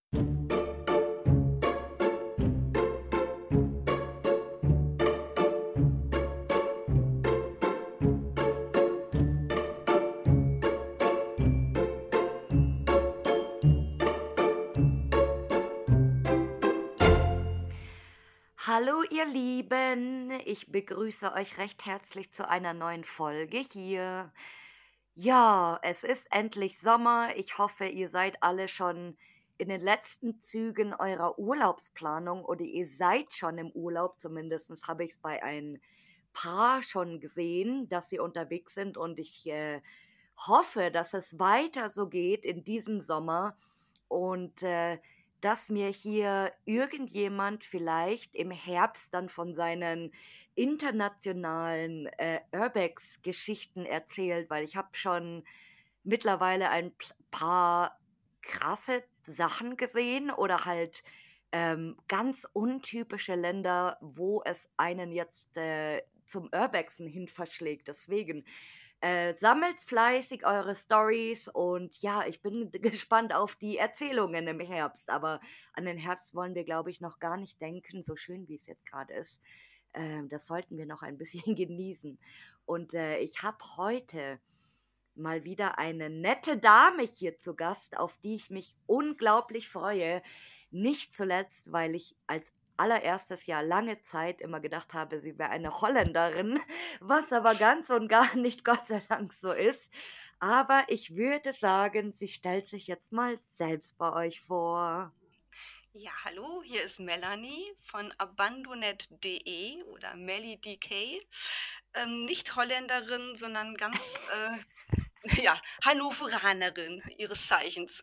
Hallo ihr Lieben, ich begrüße euch recht herzlich zu einer neuen Folge hier. Ja, es ist endlich Sommer. Ich hoffe, ihr seid alle schon in den letzten Zügen eurer Urlaubsplanung oder ihr seid schon im Urlaub. Zumindest habe ich es bei ein paar schon gesehen, dass sie unterwegs sind und ich hoffe, dass es weiter so geht in diesem Sommer und dass mir hier irgendjemand vielleicht im Herbst dann von seinen internationalen Urbex-Geschichten erzählt, weil ich habe schon mittlerweile ein paar krasse Sachen gesehen oder halt ganz untypische Länder, wo es einen jetzt zum Urbexen hin verschlägt. Deswegen sammelt fleißig eure Stories und ja, ich bin gespannt auf die Erzählungen im Herbst. Aber an den Herbst wollen wir, glaube ich, noch gar nicht denken, so schön wie es jetzt gerade ist. Das sollten wir noch ein bisschen genießen. Und ich habe heute mal wieder eine nette Dame hier zu Gast, auf die ich mich unglaublich freue. Nicht zuletzt, weil ich als allererstes Jahr lange Zeit immer gedacht habe, sie wäre eine Holländerin, was aber ganz und gar nicht Gott sei Dank so ist. Aber ich würde sagen, sie stellt sich jetzt mal selbst bei euch vor. Ja, hallo, hier ist Melanie von abandonet.de oder Melly DK. Nicht Holländerin, sondern ganz, ja, Hannoveranerin ihres Zeichens.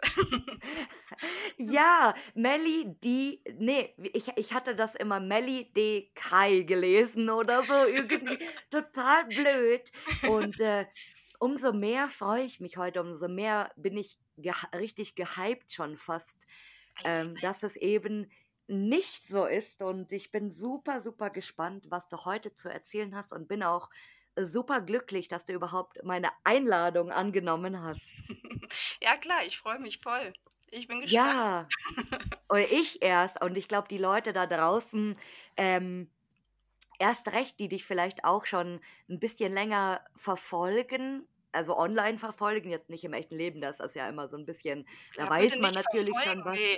Ja, Melly die ne, ich hatte das immer Melly D. Kai gelesen oder so irgendwie total blöd und umso mehr freue ich mich heute, umso mehr bin ich richtig gehypt schon fast, Ei, ei, ei. dass es eben nicht so ist und ich bin super, super gespannt, was du heute zu erzählen hast und bin auch super glücklich, dass du überhaupt meine Einladung angenommen hast. Ja klar, ich freue mich voll. Ich bin gespannt. Ja. Oder ich erst und ich glaube, die Leute da draußen, ähm, erst recht, die dich vielleicht auch schon ein bisschen länger verfolgen, also online verfolgen, jetzt nicht im echten Leben, das ist ja immer so ein bisschen da Ja, bitte weiß man nicht natürlich schon verfolgen, was. ne.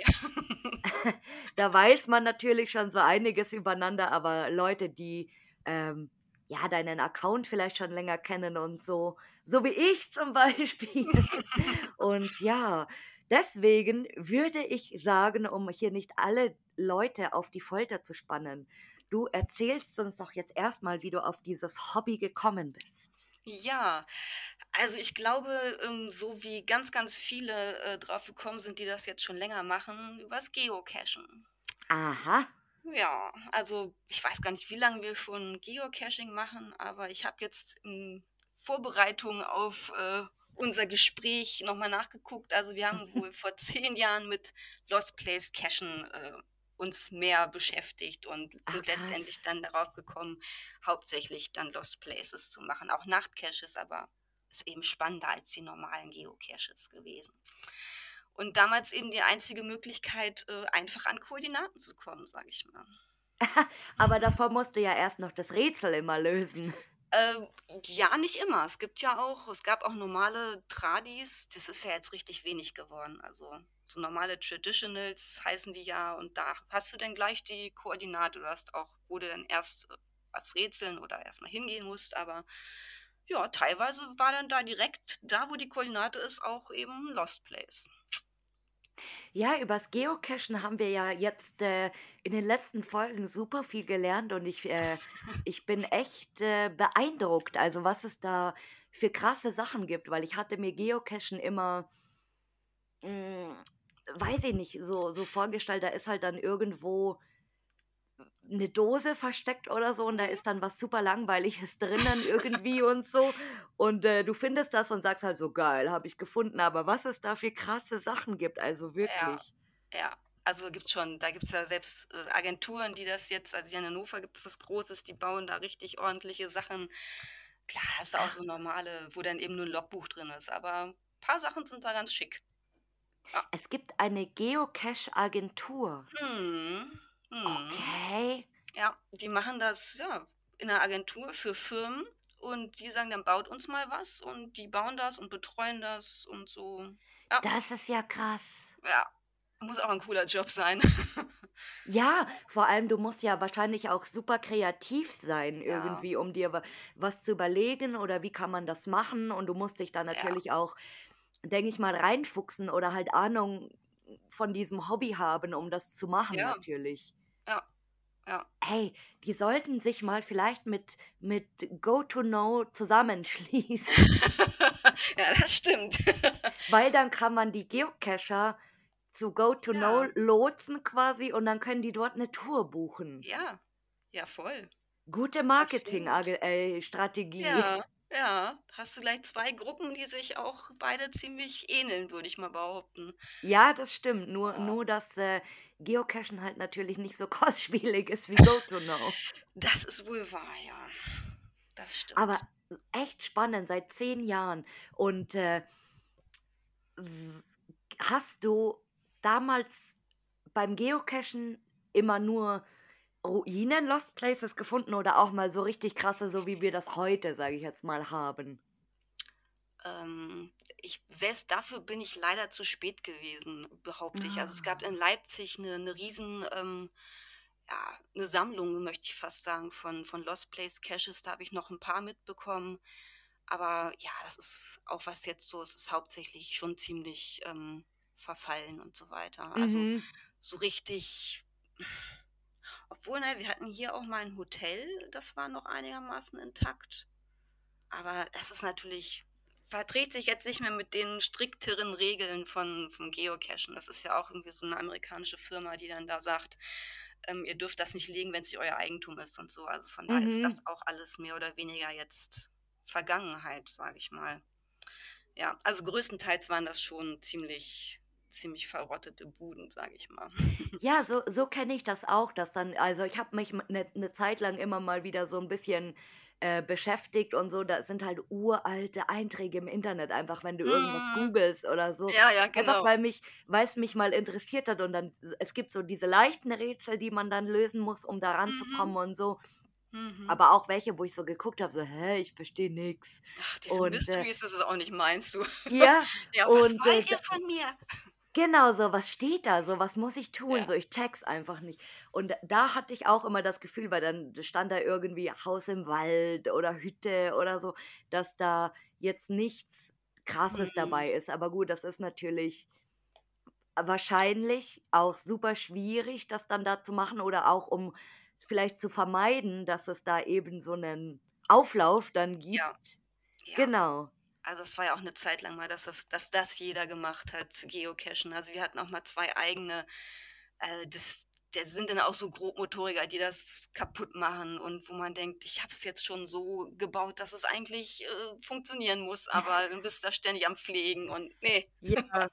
Da weiß man natürlich schon so einiges übereinander, aber Leute, die, ja, deinen Account vielleicht schon länger kennen und so wie ich zum Beispiel. Und ja, deswegen würde ich sagen, um hier nicht alle Leute auf die Folter zu spannen, du erzählst uns doch jetzt erst mal, wie du auf dieses Hobby gekommen bist. Ja, also ich glaube, so wie ganz, ganz viele, drauf gekommen sind, die das jetzt schon länger machen, übers Geocachen. Aha. Ja, also ich weiß gar nicht, wie lange wir schon Geocaching machen, aber ich habe jetzt in Vorbereitung auf, unser Gespräch noch mal nachgeguckt. Also, wir haben wohl vor 10 Jahren mit Lost Place Cachen, uns mehr beschäftigt und Ach sind krass. letztendlich dann darauf gekommen, hauptsächlich dann Lost Places zu machen, auch Nachtcaches, aber ist eben spannender als die normalen Geocaches gewesen. Und damals eben die einzige Möglichkeit, einfach an Koordinaten zu kommen, sage ich mal. Aber davor musst du ja erst noch das Rätsel immer lösen. Ähm, ja, nicht immer. Es gab auch normale Tradis, das ist ja jetzt richtig wenig geworden. Also, so normale Traditionals heißen die ja und da hast du dann gleich die Koordinate. Du hast auch wo du dann erst, was rätseln oder erst mal hingehen musst, aber ja, teilweise war dann da direkt da, wo die Koordinate ist, auch eben Lost Place. Ja, übers Geocachen haben wir ja jetzt, in den letzten Folgen super viel gelernt und ich bin echt, beeindruckt, also, was es da für krasse Sachen gibt, weil ich hatte mir Geocachen immer, hm, weiß ich nicht, so vorgestellt, da ist halt dann irgendwo eine Dose versteckt oder so und da ist dann was super Langweiliges drinnen irgendwie und so und, du findest das und sagst halt so: „Geil, habe ich gefunden“, aber was es da für krasse Sachen gibt, also Ja, wirklich. ja. Also, gibt's ja selbst, Agenturen, die das jetzt also, hier in Hannover gibt's was Großes, die bauen da richtig ordentliche Sachen. Klar, hast du auch so normale, wo dann eben nur 'n Logbuch drin ist, aber paar Sachen sind da ganz schick. Ja. Es gibt eine Geocache-Agentur. Mhm. Mhm. Okay. Ja, die machen das, ja, in 'ner Agentur für Firmen und die sagen dann: „Baut uns mal was" und die bauen das und betreuen das und so. Ja, Das ist ja krass. ja, muss auch 'n cooler Job sein. Ja, vor allem, du musst ja wahrscheinlich auch super kreativ sein Ja, irgendwie, um dir was zu überlegen oder wie kann man das machen? Und du musst dich da ja, natürlich auch, denke ich mal, reinfuchsen oder halt Ahnung von diesem Hobby haben, um das zu machen ja, natürlich. ja, ja. Hey, die sollten sich mal vielleicht mit GoToKnow zusammenschließen, Ja, das stimmt. weil dann kann man die Geocacher zu GoToKnow Ja, lotsen quasi und dann können die dort 'ne Tour buchen. ja, ja, voll, Gute absolut. Strategie. Ja, ja. Hast du gleich 2 Gruppen, die sich auch beide ziemlich ähneln, würde ich mal behaupten. Ja, das stimmt, nur Ja. nur dass, Geocachen halt natürlich nicht so kostspielig ist wie GoToKnow. Das ist wohl wahr, ja. Das Aber stimmt. echt spannend, seit 10 Jahren. Und, w hast du damals beim Geocachen immer nur Ruinen, Lost Places gefunden oder auch mal so richtig krasse, so wie wir das heute, sage ich jetzt mal, haben? Ich selbst dafür bin ich leider zu spät gewesen, behaupte ich. Also, es gab in Ah. Leipzig eine riesen, ja, 'ne Sammlung, möchte ich fast sagen, von Lost Place Caches. Da habe ich noch ein paar mitbekommen. Aber ja, das ist auch was jetzt so es ist hauptsächlich schon ziemlich, verfallen und so weiter. Also, Mhm. so richtig obwohl, ne, wir hatten hier auch mal ein Hotel, das war noch einigermaßen intakt. Aber es ist natürlich verträgt sich jetzt nicht mehr mit den strikteren Regeln vom Geocachen. Das ist ja auch irgendwie so 'ne amerikanische Firma, die dann da sagt, „Ihr dürft das nicht legen, wenn's nicht euer Eigentum ist" und so. Also, von daher ist das Mhm. auch alles mehr oder weniger jetzt Vergangenheit, sage ich mal. Ja, also größtenteils waren das schon ziemlich verrottete Buden, sage ich mal. Ja, so kenne ich das auch, dass dann also, ich habe mich 'ne Zeit lang immer mal wieder so 'n bisschen, beschäftigt und so. Da sind halt uralte Einträge im Internet einfach, wenn du irgendwas Mhm. googelst oder so. Ja, ja, Einfach, genau. weil's mich mal interessiert hat und dann es gibt so diese leichten Rätsel, die man dann lösen muss, um da ranzukommen Mhm. und so, Mhm. aber auch welche, wo ich so geguckt habe, so: „Hä, ich verstehe nix." Ach, diese Und, Mysteries, das ist auch nicht meins, du. ja, Ja, was und, wollt ihr von mir? genau so, was steht da so? Was muss ich tun? Ja. So, ich check's einfach nicht. Und da hatte ich auch immer das Gefühl, weil dann stand da irgendwie Haus im Wald oder Hütte oder so, dass da jetzt nichts Krasses Mhm. dabei ist. Aber gut, das ist natürlich wahrscheinlich auch super schwierig, das dann da zu machen oder auch, um vielleicht zu vermeiden, dass es da eben so 'nen Auflauf dann Ja, gibt. ja. Genau. Also, es war ja auch 'ne Zeit lang mal, dass das jeder gemacht hat, Geocachen. Also, wir hatten auch mal 2 eigene, das sind dann auch so Grobmotoriker, die das kaputt machen und wo man denkt: „Ich habe es jetzt schon so gebaut, dass es eigentlich, funktionieren muss", aber dann bist du da ständig am Pflegen und ne. Ja,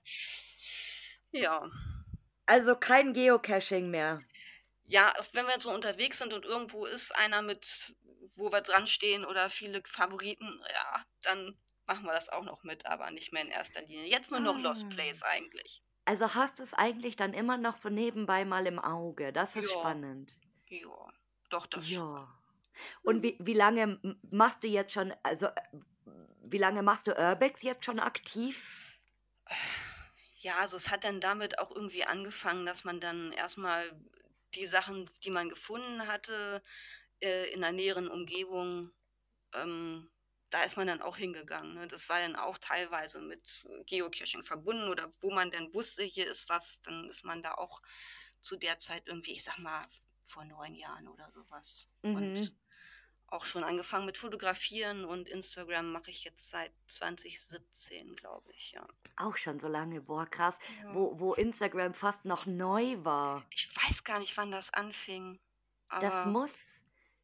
Ja. also kein Geocaching mehr. Ja, wenn wir jetzt so unterwegs sind und irgendwo ist einer mit wo wir dran stehen oder viele Favoriten, ja, dann machen wir das auch noch mit, aber nicht mehr in erster Linie. Jetzt nur noch Lost Ah. Place eigentlich. Also, hast du's eigentlich dann immer noch so nebenbei mal im Auge? Das ist Ja, spannend. ja, doch, das schon. Ja. Und Mhm. wie lange machst du jetzt schon also, wie lange machst du Urbex jetzt schon aktiv? Ja, also es hat dann damit auch irgendwie angefangen, dass man dann erstmal die Sachen, die man gefunden hatte, in der näheren Umgebung, ähm, da ist man dann auch hingegangen, ne? Das war dann auch teilweise mit Geocaching verbunden oder wo man dann wusste, hier ist was, dann ist man da auch zu der Zeit irgendwie, ich sage mal, vor 9 Jahren oder sowas. Und Mhm. auch schon angefangen mit Fotografieren und Instagram mache ich jetzt seit 2017, glaube ich, ja. Auch schon so lange. Boah, krass, Ja. wo Instagram fast noch neu war. Ich weiß gar nicht, wann das anfing, Das aber muss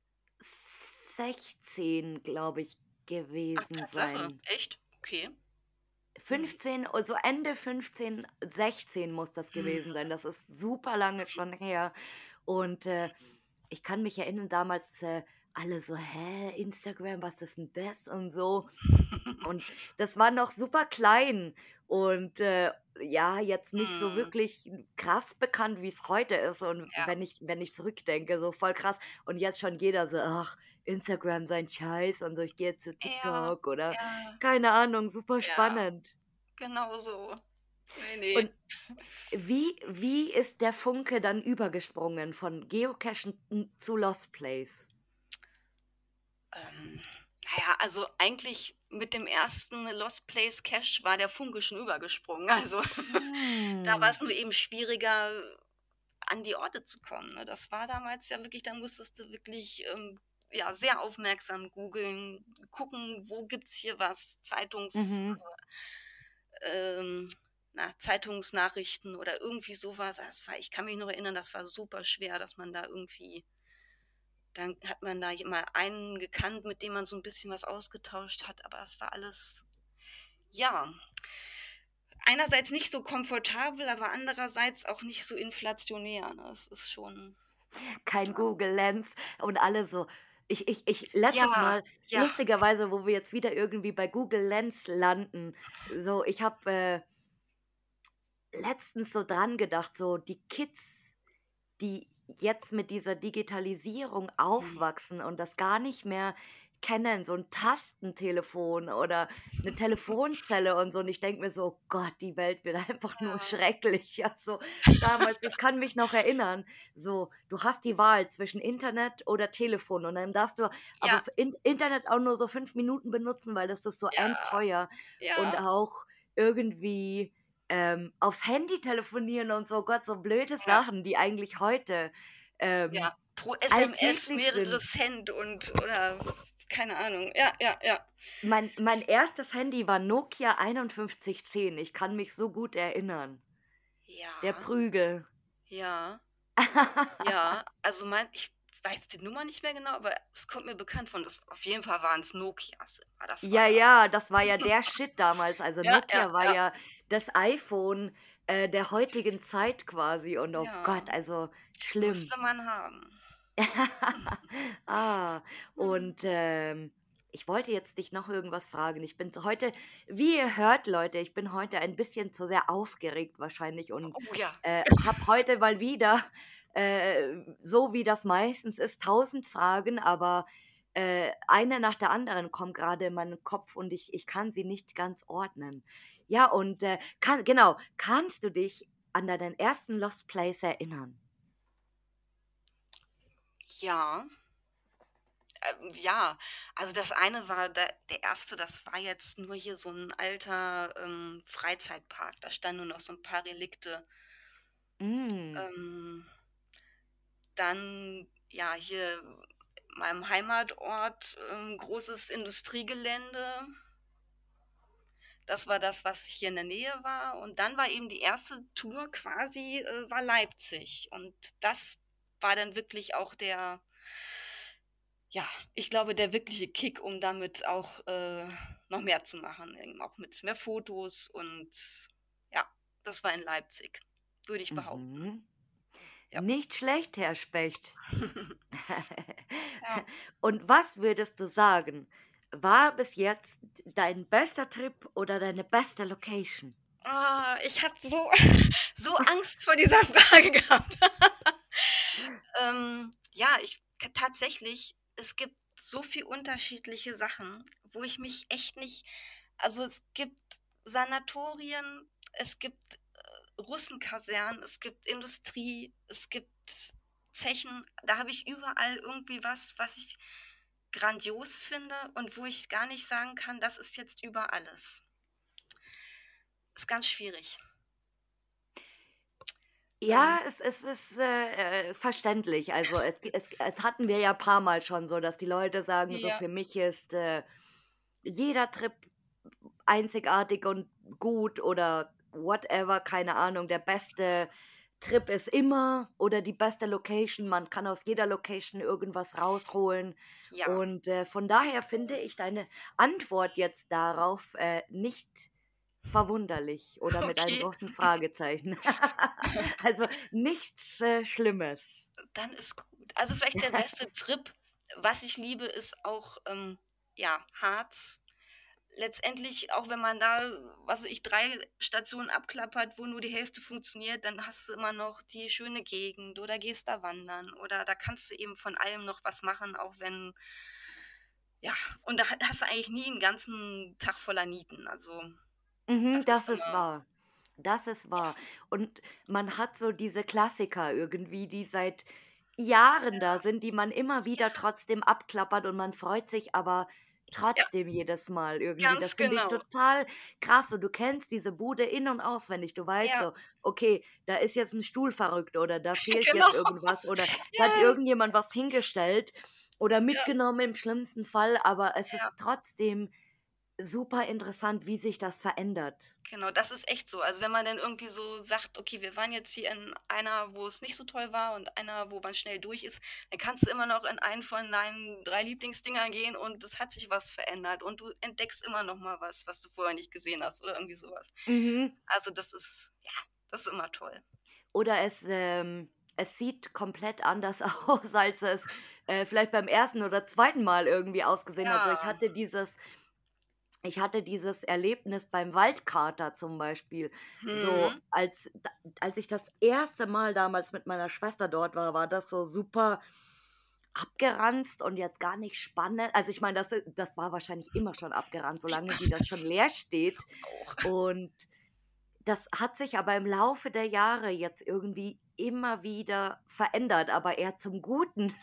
16, glaube ich, ach, gewesen Tatsache, sein. echt? Okay. Mhm. 15, so Ende 15, 16 muss das gewesen Mhm. sein. Das ist super lange schon her. Und, ich kann mich erinnern, damals, alle so: „Hä, Instagram, was ist denn das?“ und so. Und das war noch super klein und, ja, jetzt nicht so Mhm. wirklich krass bekannt, wie es heute ist. Und Ja, wenn ich zurückdenke, so voll krass. Und jetzt schon jeder so: „Ach, Instagram, sein Scheiß und so, ich gehe jetzt zu ja, TikTok“ oder ja, keine Ahnung, super ja, spannend. genau so. Ne, ne. Und wie ist der Funke dann übergesprungen von Geocachen, zu Lost Place? Ähm, na ja, also eigentlich mit dem ersten Lost Place Cache war der Funke schon übergesprungen. Also, da war Hm. es nur eben schwieriger, an die Orte zu kommen, ne? Das war damals ja wirklich, da musstest du wirklich, ja, sehr aufmerksam googeln, gucken, wo gibt's hier was, Mhm. ähm, Zeitungsnachrichten oder irgendwie sowas. Was. Das war, ich kann mich noch erinnern, das war super schwer, dass man da irgendwie, dann hat man da mal einen gekannt, mit dem man so ein bisschen was ausgetauscht hat, aber es war alles, ja, einerseits nicht so komfortabel, aber andererseits auch nicht so inflationär, ne? Es ist schon, Kein Google Lens und alle so ich ja, letztes Mal ja, lustigerweise, wo wir jetzt wieder irgendwie bei Google Lens landen, so, ich habe, letztens so dran gedacht, so die Kids, die jetzt mit dieser Digitalisierung mhm, aufwachsen und das gar nicht mehr kennen, so 'n Tastentelefon oder 'ne Telefonzelle und so. Und ich denke mir so: „Oh Gott, die Welt wird einfach nur ja, schrecklicher.“ So damals, ich kann mich noch erinnern, so, du hast die Wahl zwischen Internet oder Telefon und dann darfst du aber ja, f Internet auch nur so 5 Minuten benutzen, weil das ist so ja, endteuer und ja, auch irgendwie aufs Handy telefonieren und so, Gott, so blöde ja, Sachen, die eigentlich heute, ja. Pro SMS alltäglich mehrere sind. Cent und oder keine Ahnung. Ja, ja, ja. Mein erstes Handy war Nokia 5110. Ich kann mich so gut erinnern. Der Ja, Prügel. ja, ja. Also, ich weiß die Nummer nicht mehr genau, aber es kommt mir bekannt von. Das, auf jeden Fall waren's Nokias immer. Das Ja, war, ja, das war ja der Shit damals. Also, ja, ja, Nokia war ja, ja das iPhone, der heutigen Zeit quasi und oh ja. Gott, also schlimm. Musste man haben. Ah, Mhm. und, ich wollte jetzt dich noch irgendwas fragen. Ich bin heute, wie ihr hört, Leute, ich bin heute ein bisschen zu sehr aufgeregt wahrscheinlich und, Oh ja. habe heute mal wieder, so wie das meistens ist, 1.000 Fragen, aber, eine nach der anderen kommt gerade in meinen Kopf und ich kann sie nicht ganz ordnen. Ja, und, kannst du dich an deinen ersten Lost Place erinnern? Ja. Ja, also das eine war der erste, das war jetzt nur hier so 'n alter, Freizeitpark. Da standen nur noch so 'n paar Relikte. Hm. Ähm, Dann, ja, hier in meinem Heimatort, großes Industriegelände. Das war das, was hier in der Nähe war. Und dann war eben die erste Tour quasi, war Leipzig. Und das war dann wirklich auch der, ja, ich glaube, der wirkliche Kick, um damit auch, noch mehr zu machen, eben auch mit mehr Fotos und ja, das war in Leipzig, würde ich behaupten. Mhm. Ja. Nicht schlecht, Herr Specht. Ja. Und was würdest du sagen, war bis jetzt dein bester Trip oder deine beste Location? Ich habe so so Angst vor dieser Frage gehabt. Ja, tatsächlich, es gibt so viel unterschiedliche Sachen, wo ich mich echt nicht, also, es gibt Sanatorien, es gibt, Russenkasernen, es gibt Industrie, es gibt Zechen. Da habe ich überall irgendwie was, was ich grandios finde und wo ich gar nicht sagen kann, das ist jetzt über alles. Ist ganz schwierig. Ähm, Ja, es ist, verständlich. Also, es hatten wir ja paar Mal schon so, dass die Leute sagen so: ja, „Für mich ist, jeder Trip einzigartig und gut“ oder whatever, keine Ahnung. Der beste Trip ist immer oder die beste Location. Man kann aus jeder Location irgendwas rausholen. ja, Und, von auf jeden daher finde Fall. ich deine Antwort jetzt darauf, nicht verwunderlich oder mit einem Okay. großen Fragezeichen. Also, nichts, Schlimmes. Dann ist gut. Also, vielleicht der beste Trip. Was ich liebe, ist auch, ja, Harz. Letztendlich, auch wenn man da, was weiß ich, 3 Stationen abklappert, wo nur die Hälfte funktioniert, dann hast du immer noch die schöne Gegend oder gehst da wandern oder da kannst du eben von allem noch was machen, auch wenn, ja, und da hast du eigentlich nie 'n ganzen Tag voller Nieten. Also, Mhm, das das ist ist immer, wahr. Das ist ja, wahr. Und man hat so diese Klassiker irgendwie, die seit Jahren da sind, die man immer wieder ja, trotzdem abklappert und man freut sich aber ja, trotzdem jedes Mal irgendwie. Das ganz finde ich genau. total krass. Und du kennst diese Bude in und auswendig. Du weißt Ja, so, okay, da ist jetzt ein Stuhl verrückt oder da fehlt genau. jetzt irgendwas oder da hat Ja, irgendjemand was hingestellt oder ja, mitgenommen im schlimmsten Fall, aber es ist ja. trotzdem super interessant, wie sich das verändert. Genau, das ist echt so. Also, wenn man dann irgendwie so sagt: „Okay, wir waren jetzt hier in einer, wo es nicht so toll war und einer, wo man schnell durch ist“, dann kannst du immer noch in einen von deinen 3 Lieblingsdingern gehen und es hat sich was verändert und du entdeckst immer noch mal was, was du vorher nicht gesehen hast oder irgendwie so was. Mhm. Also, das ist, ja, das ist immer toll. Oder es sieht komplett anders aus, als es, vielleicht beim ersten oder zweiten Mal irgendwie ausgesehen hat. So, Ja. ich hatte dieses Erlebnis beim Waldkater zum Beispiel. So, Mhm. als ich das erste Mal damals mit meiner Schwester dort war, war das so super abgeranzt und jetzt gar nicht spannend. Also, ich meine, das war wahrscheinlich immer schon abgeranzt, solange wie das schon leer steht. Auch. Und das hat sich aber im Laufe der Jahre jetzt irgendwie immer wieder verändert, aber eher zum Guten.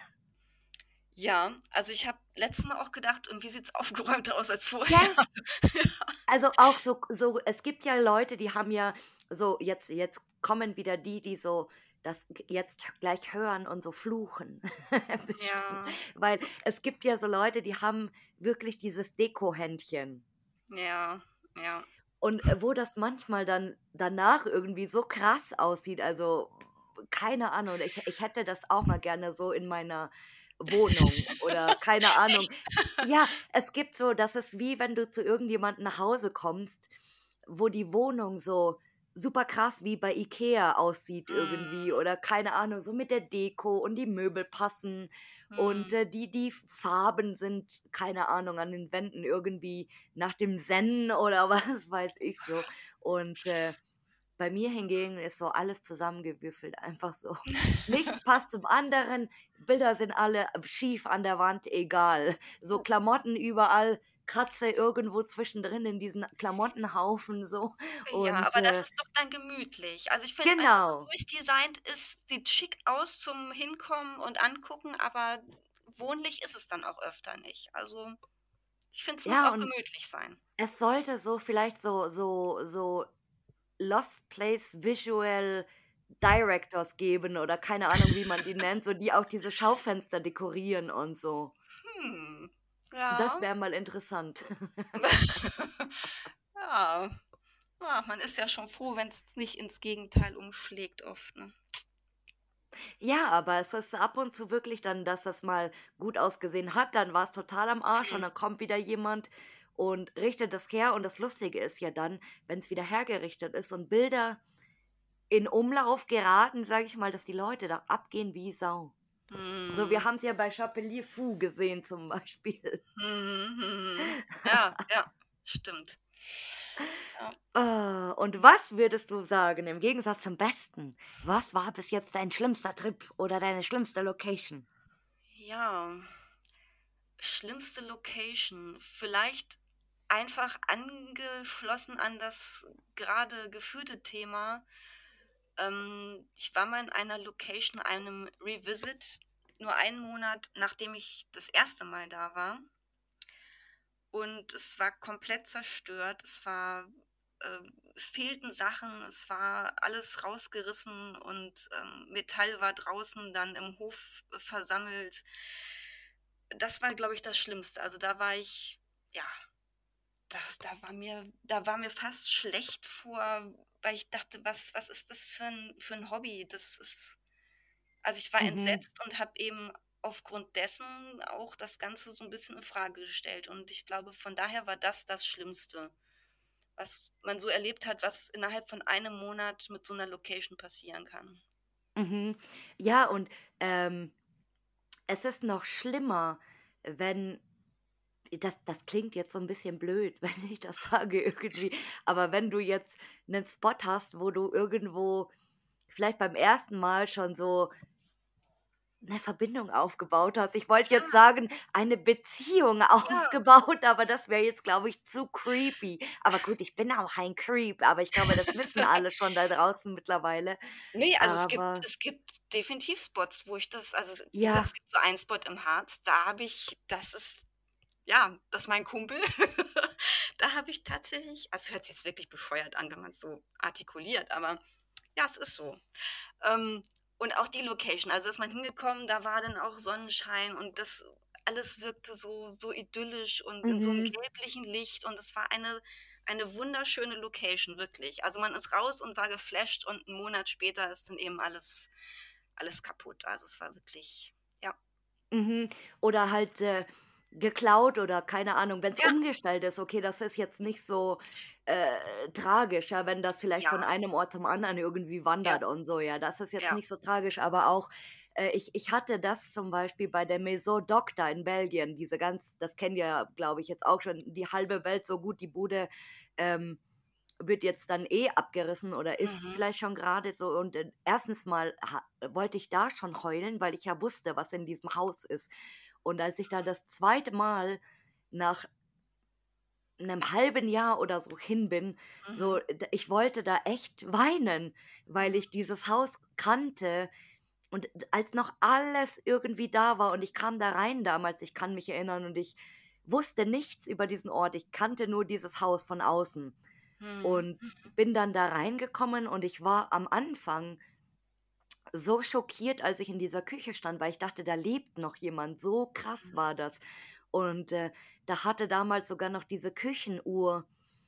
Ja, also, ich habe letztes Mal auch gedacht: „Irgendwie sieht's aufgeräumter aus als vorher.“ Gell? Also, auch so es gibt ja Leute, die haben ja so jetzt kommen wieder die, die so das g jetzt gleich hören und so fluchen, bestimmt. Ja, Weil es gibt ja so Leute, die haben wirklich dieses Dekohändchen. ja, ja. Und, wo das manchmal dann danach irgendwie so krass aussieht, also, keine Ahnung, ich hätte das auch mal gerne so in meiner Wohnung oder keine Ahnung. Echt? Ja, es gibt so das ist wie wenn du zu irgendjemandem nach Hause kommst, wo die Wohnung so super krass wie bei IKEA aussieht irgendwie Mhm, oder keine Ahnung, so mit der Deko und die Möbel passen und, mhm. die Farben sind, keine Ahnung, an den Wänden irgendwie nach dem Zen oder was weiß ich so. Und, bei mir hingegen ist so alles zusammengewürfelt, einfach so. Nichts passt zum anderen, Bilder sind alle schief an der Wand, egal. So Klamotten überall, Katze irgendwo zwischendrin in diesen Klamottenhaufen so Ja, und, aber das ist doch dann gemütlich. Also, ich finde einfach so genau. durchdesignt ist, sieht schick aus zum Hinkommen und Angucken, aber wohnlich ist es dann auch öfter nicht. Also, ich finde, es muss Ja, auch und gemütlich sein. es sollte so vielleicht so Lost Place Visual Directors geben oder keine Ahnung, wie man die nennt, so die auch diese Schaufenster dekorieren und so. Hm, Das ja. wäre mal interessant. Ja. Ja, man ist ja schon froh, wenn es nicht ins Gegenteil umschlägt oft, ne? Ja, aber es ist ab und zu wirklich dann, dass das mal gut ausgesehen hat, dann war es total am Arsch und Mhm. dann kommt wieder jemand und richtet das her und das Lustige ist ja dann, wenn es wieder hergerichtet ist und Bilder in Umlauf geraten, sage ich mal, dass die Leute da abgehen wie Sau. So, wir Mhm. haben es ja bei Chapelier Fou gesehen zum Beispiel. Mhm, mhm. Ja, ja, stimmt. Ja. Und was würdest du sagen, im Gegensatz zum Besten, was war bis jetzt dein schlimmster Trip oder deine schlimmste Location? Ja, schlimmste Location. Vielleicht einfach angeschlossen an das gerade geführte Thema. Ich war mal in einer Location, einem Revisit, nur einen Monat, nachdem ich das erste Mal da war. Und es war komplett zerstört. Es fehlten Sachen, es war alles rausgerissen und, Metall war draußen dann im Hof versammelt. Das war, glaube ich, das Schlimmste. Also, da war ich, ja, da war mir fast schlecht vor, weil ich dachte: „Was ist das für 'n Hobby?“ Das ist, also, ich war Mhm. entsetzt und habe eben aufgrund dessen auch das Ganze so 'n bisschen in Frage gestellt. Und ich glaube, von daher war das das Schlimmste, was man so erlebt hat, was innerhalb von einem Monat mit so 'ner Location passieren kann. Mhm. Ja, und, ähm, es ist noch schlimmer, wenn das klingt jetzt so ein bisschen blöd, wenn ich das sage irgendwie, aber wenn du jetzt einen Spot hast, wo du irgendwo vielleicht beim ersten Mal schon so 'ne Verbindung aufgebaut hast. Ich wollte jetzt Ja, sagen, eine Beziehung ja. aufgebaut, aber das wäre jetzt, glaube ich, zu creepy. Aber gut, ich bin auch ein Creep, aber ich glaube, das wissen alle schon da draußen mittlerweile. Ne, also es gibt Aber es gibt definitiv Spots, wo ich das also, wie gesagt, es ja, gibt so einen Spot im Harz, da habe ich das ist ja, das ist mein Kumpel. Da habe ich tatsächlich also, hört sich jetzt wirklich bescheuert an, wenn man's so artikuliert, aber ja, es ist so. Ähm, und auch die Location, also, ist man hingekommen, da war dann auch Sonnenschein und das alles wirkte so idyllisch und in so 'nem mhm, gelblichen Licht und es war eine wunderschöne Location, wirklich. Also, man ist raus und war geflasht und 'n Monat später ist dann eben alles kaputt. Also, es war wirklich ja. mhm. Oder halt, geklaut oder keine Ahnung, wenn's Ja, umgestellt ist, okay, das ist jetzt nicht so, tragisch, ja, wenn das vielleicht ja, von einem Ort zum anderen irgendwie ja, wandert und so, ja, das ist jetzt ja. nicht so tragisch, aber auch, ich hatte das zum Beispiel bei der Maison Doctor in Belgien, diese ganz das kennt ja, glaube ich, jetzt auch schon die halbe Welt so gut, die Bude, ähm, wird jetzt dann eh abgerissen oder ist Mhm, vielleicht schon grade so und, 1. mal wollte ich da schon heulen, weil ich ja wusste, was in diesem Haus ist. Und als ich da das zweite Mal nach 'nem halben Jahr oder so hin bin, so mhm, ich wollte da echt weinen, weil mhm, ich dieses Haus kannte und als noch alles irgendwie da war und ich kam da rein damals, ich kann mich erinnern und ich wusste nichts über diesen Ort. Ich kannte nur dieses Haus von außen mhm, und mhm, bin dann da reingekommen und ich war am Anfang so schockiert, als ich in dieser Küche stand, weil ich dachte, da lebt noch jemand. So krass war das. Und, da hatte damals sogar noch diese Küchenuhr,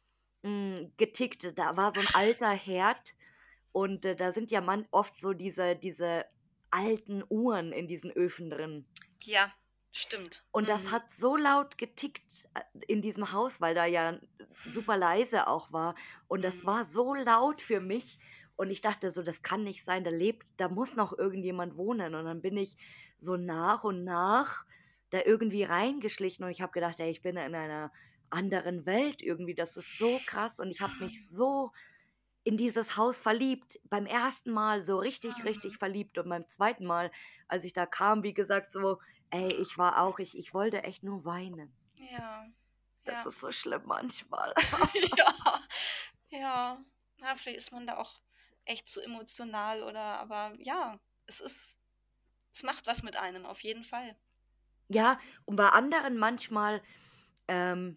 getickt. Da war so 'n alter Herd und, da sind ja oft so diese alten Uhren in diesen Öfen drin. ja, stimmt. Und das Mhm. hat so laut getickt, in diesem Haus, weil da ja super leise auch war. Und das Mhm. war so laut für mich. Und ich dachte so: „Das kann nicht sein, da muss noch irgendjemand wohnen.“ Und dann bin ich so nach und nach da irgendwie reingeschlichen und ich habe gedacht: „Ey, ich bin in einer anderen Welt irgendwie. Das ist so krass.“ Und ich habe mich so in dieses Haus verliebt. Beim ersten Mal so richtig, richtig Mhm. verliebt und beim zweiten Mal, als ich da kam, wie gesagt, so, ey, ich wollte echt nur weinen. Ja, Das ja. ist so schlimm manchmal. Ja, ja. Na, vielleicht ist man da auch echt zu emotional oder aber ja, es ist es macht was mit einem, auf jeden Fall. Ja, und bei anderen manchmal, ähm,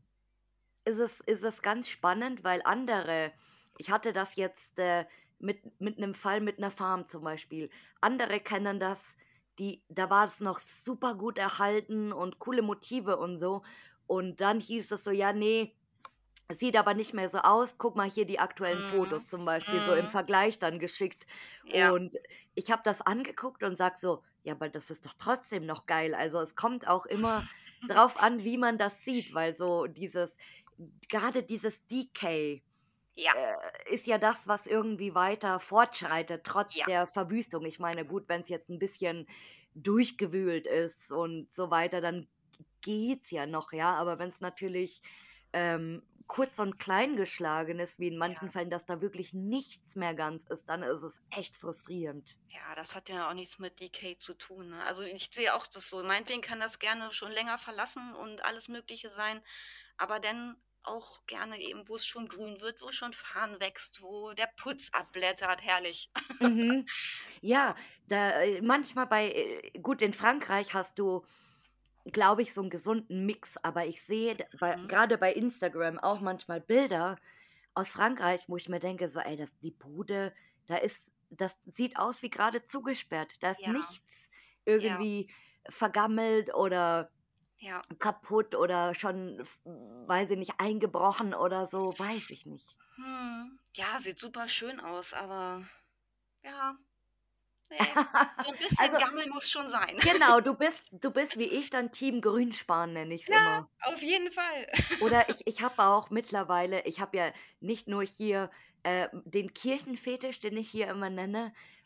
ist es ganz spannend, weil andere ich hatte das jetzt, mit einem Fall mit einer Farm zum Beispiel. Andere kennen das, da war es noch super gut erhalten und coole Motive und so. Und dann hieß es so: „Ja, nee, es sieht aber nicht mehr so aus. Guck mal hier die aktuellen Mhm. Fotos“, zum Beispiel so im Mhm. Vergleich dann geschickt. Ja. Und ich habe das angeguckt und sage so: „Ja, aber das ist doch trotzdem noch geil.“ Also, es kommt auch immer drauf an, wie man das sieht, weil so gerade dieses Decay, Ja, äh, ist ja das, was irgendwie weiter fortschreitet, trotz ja. der Verwüstung. Ich meine, gut, wenn es jetzt ein bisschen durchgewühlt ist und so weiter, dann geht's ja noch, ja, aber wenn es natürlich, kurz und klein geschlagen ist, wie in manchen Ja. Fällen, dass da wirklich nichts mehr ganz ist, dann ist es echt frustrierend. Ja, das hat ja auch nichts mit Decay zu tun, ne? Also, ich sehe auch das so. Meinetwegen kann das gerne schon länger verlassen und alles Mögliche sein, aber dann auch gerne eben, wo es schon grün wird, wo schon Farn wächst, wo der Putz abblättert, herrlich. Mhm. Ja. Ja, manchmal gut, in Frankreich hast du, glaube ich, so 'n gesunden Mix, aber ich sehe d bei Mhm. grade bei Instagram auch manchmal Bilder aus Frankreich, wo ich mir denke so: „Ey, die Bude, das sieht aus wie grade zugesperrt. Da ist Ja, nichts ja, irgendwie vergammelt oder ja. kaputt oder schon weiß ich nicht, eingebrochen oder so, weiß ich nicht.“ Mhm. Ja, sieht super schön aus, aber ja, ne, so 'n bisschen Also, Gammel muss schon sein. genau, du bist wie ich dann Team Grünspan, nenne ich's Ja, immer. auf jeden Fall. Oder ich habe auch mittlerweile ich habe ja nicht nur hier, den Kirchenfetisch, den ich hier immer nenne,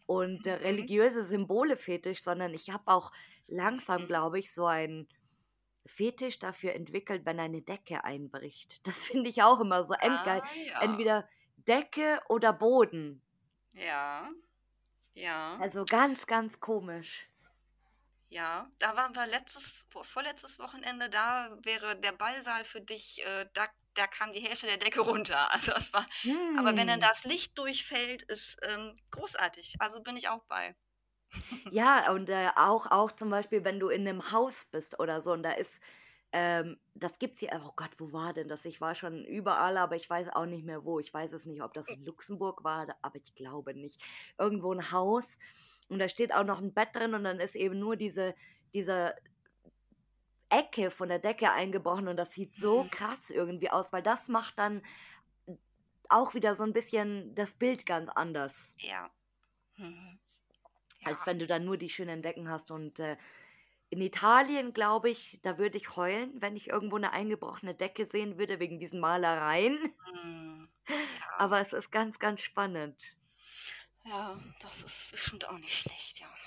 und Mhm. religiöse Symbole Fetisch, sondern ich habe auch langsam, Mhm. glaube ich, so einen Fetisch dafür entwickelt, wenn eine Decke einbricht. Das finde ich auch immer so endgeil. Ah, ja. Entweder Decke oder Boden. Ja, ja, Also ganz, ganz komisch. ja. Da waren wir vorletztes Wochenende, da wäre der Ballsaal für dich, da kam die Hälfte der Decke runter. Also, es war aber wenn dann Hm. das Licht durchfällt, ist, großartig. Also, bin ich auch bei. Ja, und, auch zum Beispiel, wenn du in 'nem Haus bist oder so und da ist das gibt's hier oh Gott, wo war denn das? Ich war schon überall, aber ich weiß auch nicht mehr wo. Ich weiß es nicht, ob das in Luxemburg war, aber ich glaube nicht. Irgendwo 'n Haus und da steht auch noch 'n Bett drin und dann ist eben nur diese Ecke von der Decke eingebrochen und das sieht so Mhm. krass irgendwie aus, weil das macht dann auch wieder so 'n bisschen das Bild ganz anders, Ja. Mhm. als Ja. wenn du dann nur die schönen Decken hast und, in Italien, glaube ich, da würde ich heulen, wenn ich irgendwo 'ne eingebrochene Decke sehen würde wegen diesen Malereien. Mhm. Ja. Aber es ist ganz, ganz spannend. Ja, das ist bestimmt auch nicht schlecht, ja.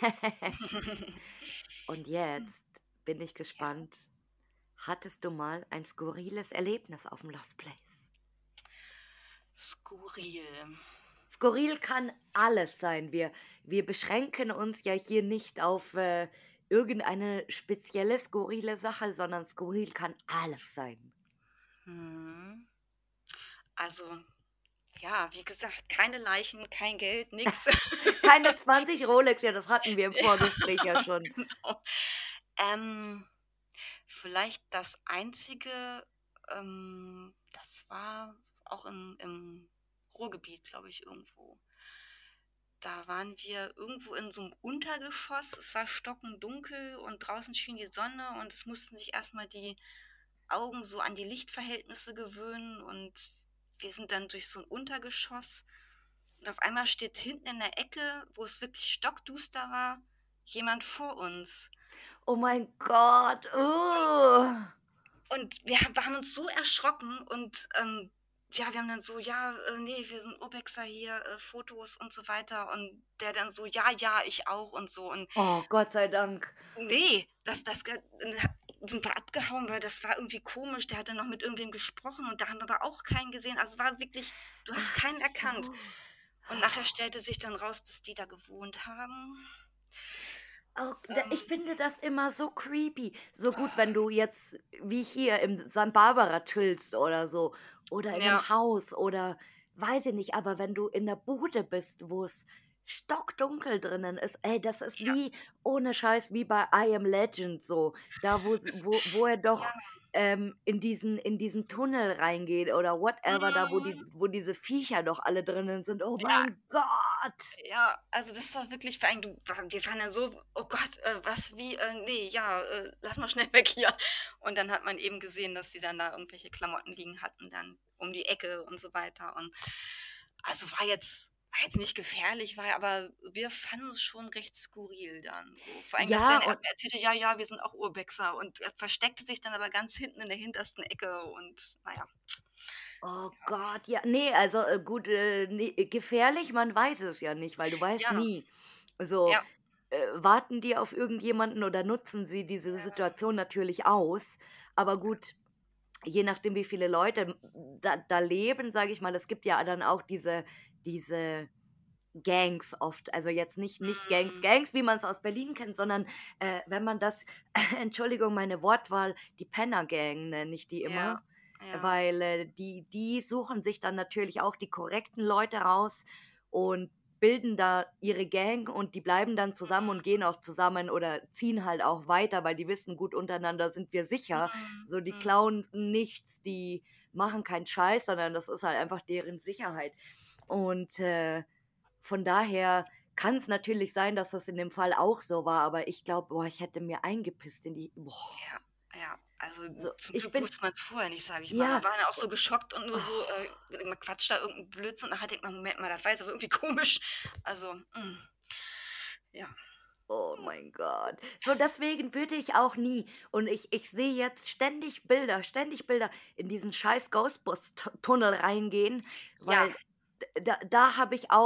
Und Hm, jetzt bin ich ja. gespannt. Hattest du mal ein skurriles Erlebnis auf'm Lost Place? Skurril. Skurril kann alles sein. Wir beschränken uns ja hier nicht auf, irgendeine spezielle skurrile Sache, sondern skurril kann alles sein. Mhm. Also, ja, wie gesagt, keine Leichen, kein Geld, nix. Keine 20 Rolex, ja, das hatten wir im Ja, Vorgespräch ja schon. genau. Ähm, vielleicht das Einzige, das war auch im Ruhrgebiet, glaube ich, irgendwo. Da waren wir irgendwo in so 'nem Untergeschoss. Es war stockendunkel und draußen schien die Sonne und es mussten sich erst mal die Augen so an die Lichtverhältnisse gewöhnen und wir sind dann durch so 'n Untergeschoss und auf einmal steht hinten in der Ecke, wo es wirklich stockduster war, jemand vor uns. Oh mein Gott, Und wir waren uns so erschrocken und, ja, wir haben dann so: „Ja, ne, wir sind Urbexer hier, Fotos“ und so weiter. Und der dann so: „Ja, ja, ich auch“ und so. Und Oh, Gott sei Dank. ne, das ga sind wir abgehauen, weil das war irgendwie komisch. Der hat dann noch mit irgendwem gesprochen und da haben wir aber auch keinen gesehen. Also, war wirklich du hast Ach keinen erkannt. so. Und nachher stellte sich dann raus, dass die da gewohnt haben. Oh, da ich Ähm, finde das immer so creepy. So gut, ah, wenn du jetzt wie hier im St. Barbara chillst oder so oder in ja, 'nem Haus oder weiß ich nicht, aber wenn du in 'ner Bude bist, wo's stockdunkel drinnen ist, ey, das ist ja, wie ohne Scheiß, wie bei I Am Legend so, da wo er ja, doch, in diesen Tunnel reingeht oder whatever, da mhm, wo diese Viecher doch alle drinnen sind. Oh ja. mein Gott. Ja, also das war wirklich vor allem wir waren dann so: „Oh Gott, was, wie, ne, ja, lass mal schnell weg hier.“ Und dann hat man eben gesehen, dass sie dann da irgendwelche Klamotten liegen hatten dann um die Ecke und so weiter. Und also war jetzt nicht gefährlich, aber wir fanden es schon recht skurril dann so. Vor allem, dass der Ja, dann und erst mal erzählte: „Ja, ja, wir sind auch Urbexer“ und er versteckte sich dann aber ganz hinten in der hintersten Ecke und na ja. oh Gott, ja, ne, also, gut, ne, gefährlich, man weiß es ja nicht, weil du weißt Ja, nie. So, ja, warten die auf irgendjemanden oder nutzen sie diese ja, Situation natürlich aus? Aber gut, je nachdem, wie viele Leute da leben, sage ich mal, es gibt ja dann auch diese Gangs oft. Also, jetzt nicht mhm, Gangs, wie man es aus Berlin kennt, sondern, wenn man das Entschuldigung, meine Wortwahl, die Penner-Gang nenne ich die ja, immer, ja, weil, die suchen sich dann natürlich auch die korrekten Leute raus und bilden da ihre Gang und die bleiben dann zusammen und gehen auch zusammen oder ziehen halt auch weiter, weil die wissen, gut, untereinander sind wir sicher. mhm, So, die mhm. klauen nichts, die machen keinen Scheiß, sondern das ist halt einfach deren Sicherheit. Und, von daher kann es natürlich sein, dass das in dem Fall auch so war, aber ich glaube, boah, ich hätte mir eingepisst in die boah. Ja, ja. Also, So, zum ich Glück bin wusste man's vorher nicht, sage ich mal. Man ja, war dann auch so geschockt und nur so, oh, man quatscht da irgend 'n Blödsinn und nachher denkt man: „Moment mal, das war jetzt aber irgendwie komisch.“ Also, ja. oh mein Gott. So, deswegen würde ich auch nie und ich sehe jetzt ständig Bilder in diesen scheiß Ghostbus Tunnel reingehen, Ja, weil da habe ich auch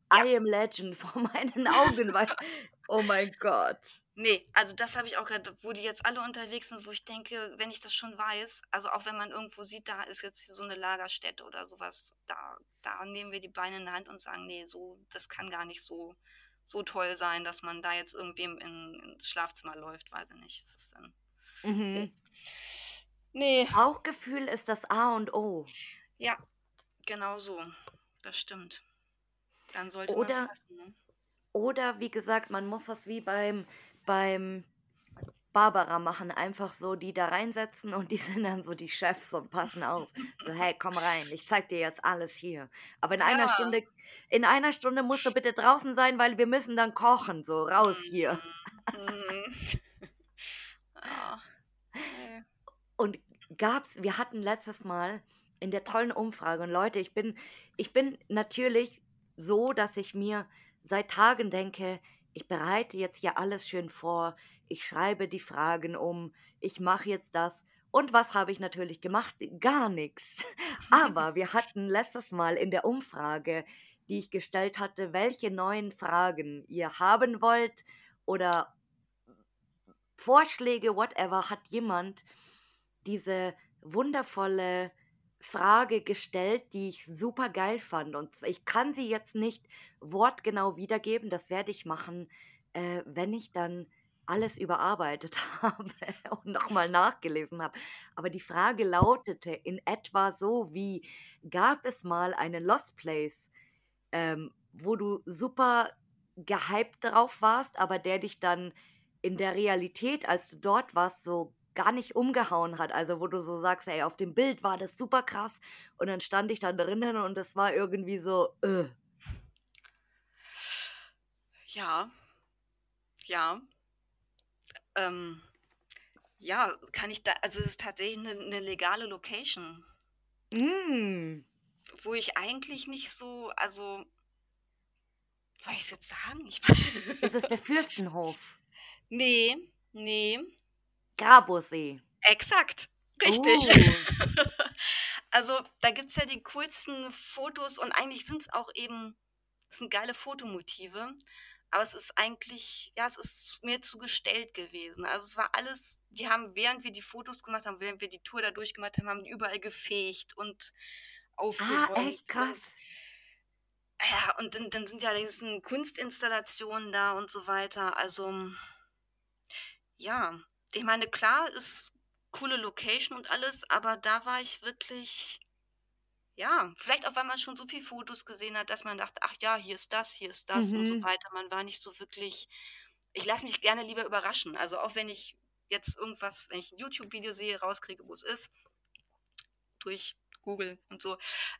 Ja. I Am Legend vor meinen Augen, weil oh mein Gott. Ne, also das habe ich auch grad, wo die jetzt alle unterwegs sind, wo ich denke, wenn ich das schon weiß, also auch wenn man irgendwo sieht, da ist jetzt hier so 'ne Lagerstätte oder so was, da nehmen wir die Beine in die Hand und sagen: „Ne, so das kann gar nicht so toll sein, dass man da jetzt irgendwem ins Schlafzimmer läuft“, weiß ich nicht. Das ist dann ne. Mhm. Ne, Bauchgefühl ist das A und O. ja, genau so. Das stimmt. Dann sollte man's Oder lassen, ne? oder wie gesagt, man muss das wie beim Barbara machen, einfach so die da reinsetzen und die sind dann so die Chefs und passen auf. So: „Hey, komm rein, ich zeig dir jetzt alles hier. Aber Ja, in einer Stunde musst du bitte draußen sein, weil wir müssen dann kochen, so raus hier.“ mhm, mhm. Ja, ne. Und wir hatten letztes Mal in der tollen Umfrage und Leute, ich bin natürlich so, dass ich mir seit Tagen denke: „Ich bereite jetzt hier alles schön vor, ich schreibe die Fragen um, ich mache jetzt das.“ Und was habe ich natürlich gemacht? Gar nichts. Aber wir hatten letztes Mal in der Umfrage, die ich gestellt hatte, welche neuen Fragen ihr haben wollt oder Vorschläge, whatever, hat jemand diese wundervolle Frage gestellt, die ich super geil fand. Und zwar, ich kann sie jetzt nicht wortgenau wiedergeben, das werde ich machen, wenn ich dann alles überarbeitet habe und nochmal nachgelesen habe. Aber die Frage lautete in etwa so wie: Gab es mal einen Lost Place, wo du super gehypt drauf warst, aber der dich dann in der Realität, als du dort warst, so gar nicht umgehauen hat? Also, wo du so sagst: „Ey, auf dem Bild war das super krass und dann stand ich da drinnen und es war irgendwie so, Ja, ja, ähm, ja, kann ich da, also, es ist tatsächlich 'ne legale Location, Hm, wo ich eigentlich nicht so, also, soll ich's jetzt sagen? Ich weiß ist es der Fürstenhof? ne, ne, Grabosee? exakt, richtig. Uh, Also, da gibt's ja die coolsten Fotos und eigentlich sind's auch eben, es sind geile Fotomotive, aber es ist eigentlich, ja, es ist mir zu gestellt gewesen. Also, es war alles, die haben, während wir die Fotos gemacht haben, während wir die Tour da durchgemacht haben, haben die überall gefegt und aufgeräumt echt und krass. ja, und dann sind ja diese Kunstinstallationen da und so weiter. Also, ja, ich meine, klar, ist coole Location und alles, aber da war ich wirklich, ja, vielleicht auch, weil man schon so viel Fotos gesehen hat, dass man dachte: „Ach ja, hier ist das“ und so Mhm. weiter. Man war nicht so wirklich, ich lasse mich gerne lieber überraschen. Also, auch wenn ich jetzt irgendwas, wenn ich 'n YouTube-Video sehe, rauskriege, wo es ist, durch Google und so,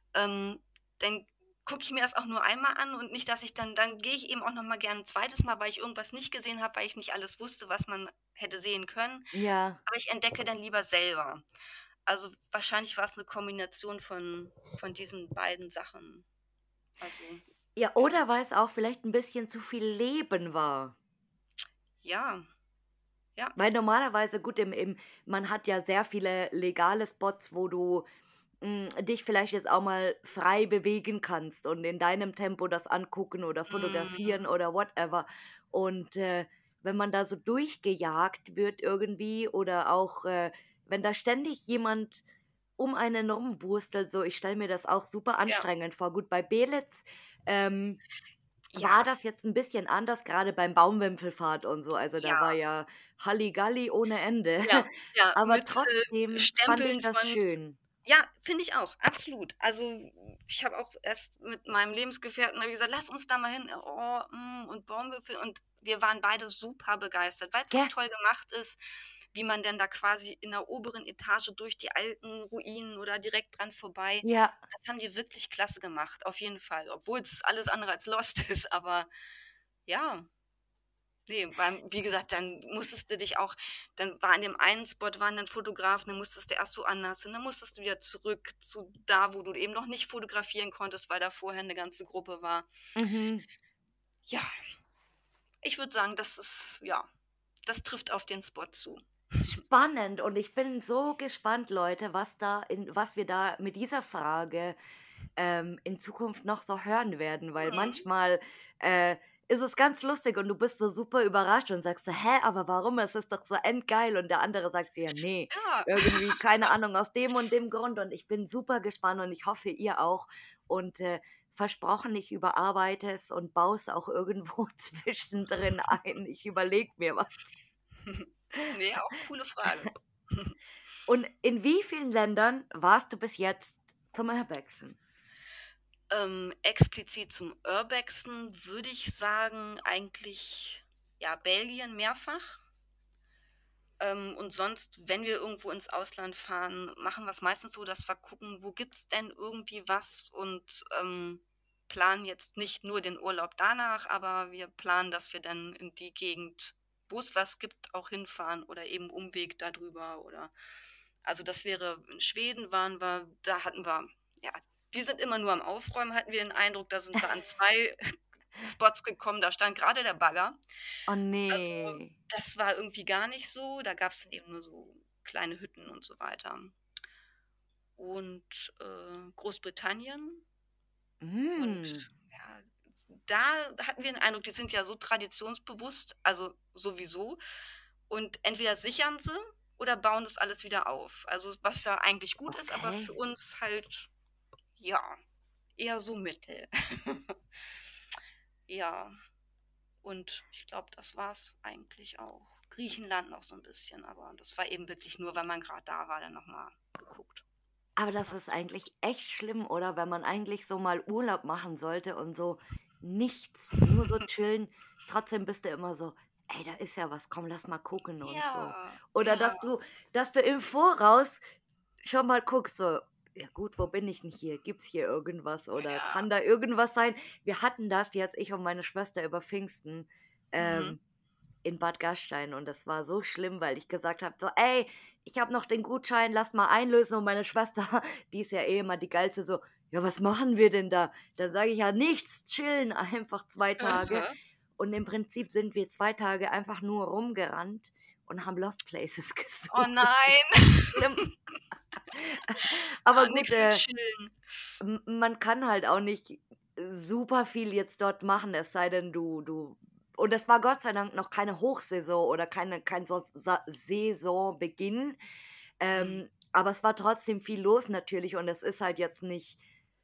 dann gucke ich mir das auch nur einmal an und nicht, dass ich dann gehe ich eben auch noch mal gerne 'n zweites Mal, weil ich irgendwas nicht gesehen habe, weil ich nicht alles wusste, was man hätte sehen können. Ja. Aber ich entdecke dann lieber selber. Also, wahrscheinlich war's 'ne Kombination von diesen beiden Sachen. Also, Ja, ja. oder weil es auch vielleicht ein bisschen zu viel Leben war. Ja, ja, Weil normalerweise gut, im man hat ja sehr viele legale Spots, wo du, dich vielleicht jetzt auch mal frei bewegen kannst und in deinem Tempo das angucken oder mhm, fotografieren oder whatever. Und, wenn man da so durchgejagt wird irgendwie oder auch, wenn da ständig jemand um einen rumwurstelt, so, ich stelle mir das auch super ja, anstrengend vor. Gut, bei Belitz, ähm war ja, das jetzt 'n bisschen anders, grade beim Baumwipfelfahrt und so. Also, da war ja, ja Halligalli ohne Ende. ja, ja, Aber mit, trotzdem fand ich Stempeln das von, schön. ja, finde ich auch, absolut. Also, ich habe auch erst mit meinem Lebensgefährten habe ich gesagt: „Lass uns da mal hin.“ „Oh, und Baumwipfel“, und wir waren beide super begeistert, weil's auch Gell? toll gemacht ist, wie man denn da quasi in der oberen Etage durch die alten Ruinen oder direkt dran vorbei, Ja. das haben die wirklich klasse gemacht, auf jeden Fall, obwohl's alles andere als Lost ist, aber ja. Ne, weil, wie gesagt, dann musstest du dich auch, dann war an dem einen Spot waren dann Fotografen, dann musstest du erst woanders hin, dann musstest du wieder zurück zu da, wo du eben noch nicht fotografieren konntest, weil da vorher 'ne ganze Gruppe war. Mhm. Ja, ich würde sagen, das ist, ja, das trifft auf den Spot zu. Spannend und ich bin so gespannt, Leute, was wir da mit dieser Frage in Zukunft noch so hören werden, weil Mhm. manchmal ist es ganz lustig und du bist so super überrascht und sagst so, hä, aber warum? Es ist doch so endgeil. Und der andere sagt so, ja, nee, Ja. irgendwie, keine Ahnung, aus dem und dem Grund. Und ich bin super gespannt und ich hoffe, ihr auch. Und versprochen, ich überarbeite es und baue es auch irgendwo zwischendrin ein. Ich überlege mir was. Ne, auch coole Frage. Und in wie vielen Ländern warst du bis jetzt zum Urbexen? Explizit zum Urbexen würde ich sagen, eigentlich, ja, Belgien mehrfach. Und sonst, wenn wir irgendwo ins Ausland fahren, machen wir's meistens so, dass wir gucken, wo gibt's denn irgendwie was und, planen jetzt nicht nur den Urlaub danach, aber wir planen, dass wir dann in die Gegend, wo es was gibt, auch hinfahren oder eben Umweg da drüber oder also, das wäre in Schweden waren wir, da hatten wir ja, die sind immer nur am Aufräumen, hatten wir den Eindruck. Da sind wir an 2 Spots gekommen, da stand grade der Bagger. Oh Also, nee. das war irgendwie gar nicht so. Da gab's dann eben nur so kleine Hütten und so weiter. Und, Großbritannien Mm, und ja, da hatten wir den Eindruck, die sind ja so traditionsbewusst, also sowieso. Und entweder sichern sie oder bauen das alles wieder auf. Also, was ja eigentlich gut ist, aber für okay. uns halt, ja, eher so mittel. Ja, und ich glaube, das war's eigentlich auch. Griechenland noch so 'n bisschen, aber das war eben wirklich nur, weil man grad da war, dann noch mal geguckt, Aber das was ist es eigentlich gibt. echt schlimm, oder? Wenn man eigentlich so mal Urlaub machen sollte und so nichts, nur so chillen, trotzdem bist du immer so: „Ey, da ist ja was, komm, lass mal gucken“ und so. Ja, Oder ja, dass du im Voraus schon mal guckst, so: „Ja gut, wo bin ich 'n hier? Gibt's hier irgendwas oder ja. kann da irgendwas sein?“ Wir hatten das jetzt, ich und meine Schwester, über Pfingsten, Mhm. ähm in Bad Gastein und das war so schlimm, weil ich gesagt habe so: „Ey, ich habe noch den Gutschein, lass mal einlösen.“ Und meine Schwester, die ist ja eh immer die Geilste, so: „Ja, was machen wir denn da?“ Da sage ich: „Ja, nichts, chillen einfach 2 Tage.“ Mhm. Und im Prinzip sind wir 2 Tage einfach nur rumgerannt und haben Lost Places Oh gesucht. Das war nein. schlimm. Aber Ah, gut, nix mit Chillen. man kann halt auch nicht super viel jetzt dort machen, es sei denn, du und es war Gott sei Dank noch keine Hochsaison oder kein Saisonbeginn, Mhm. aber es war trotzdem viel los natürlich und es ist halt jetzt nicht,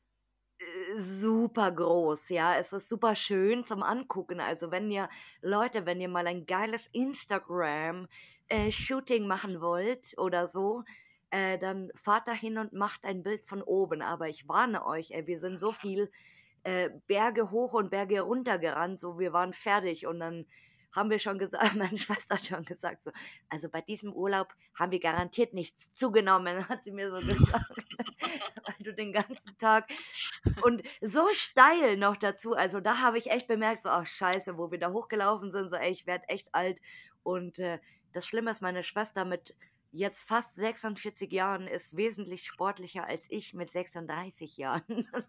super groß, ja. Es ist super schön zum Angucken. Also, wenn ihr mal ein geiles Instagram, Shooting machen wollt oder so, dann fahrt dahin und macht ein Bild von oben. Aber ich warne euch, ey, wir sind so viel, Berge hoch und Berge runter gerannt, so wir waren fertig und dann haben wir schon gesagt meine Schwester hat schon gesagt so: „Also, bei diesem Urlaub haben wir garantiert nichts zugenommen“, hat sie mir so gesagt, weil du den ganzen Tag und so steil noch dazu. Also, da habe ich echt bemerkt, so: „Ach scheiße“, wo wir da hochgelaufen sind, so: „Ey, ich werde echt alt.“ Und, das Schlimme ist, meine Schwester mit jetzt fast 46 Jahren ist wesentlich sportlicher als ich mit 36 Jahren.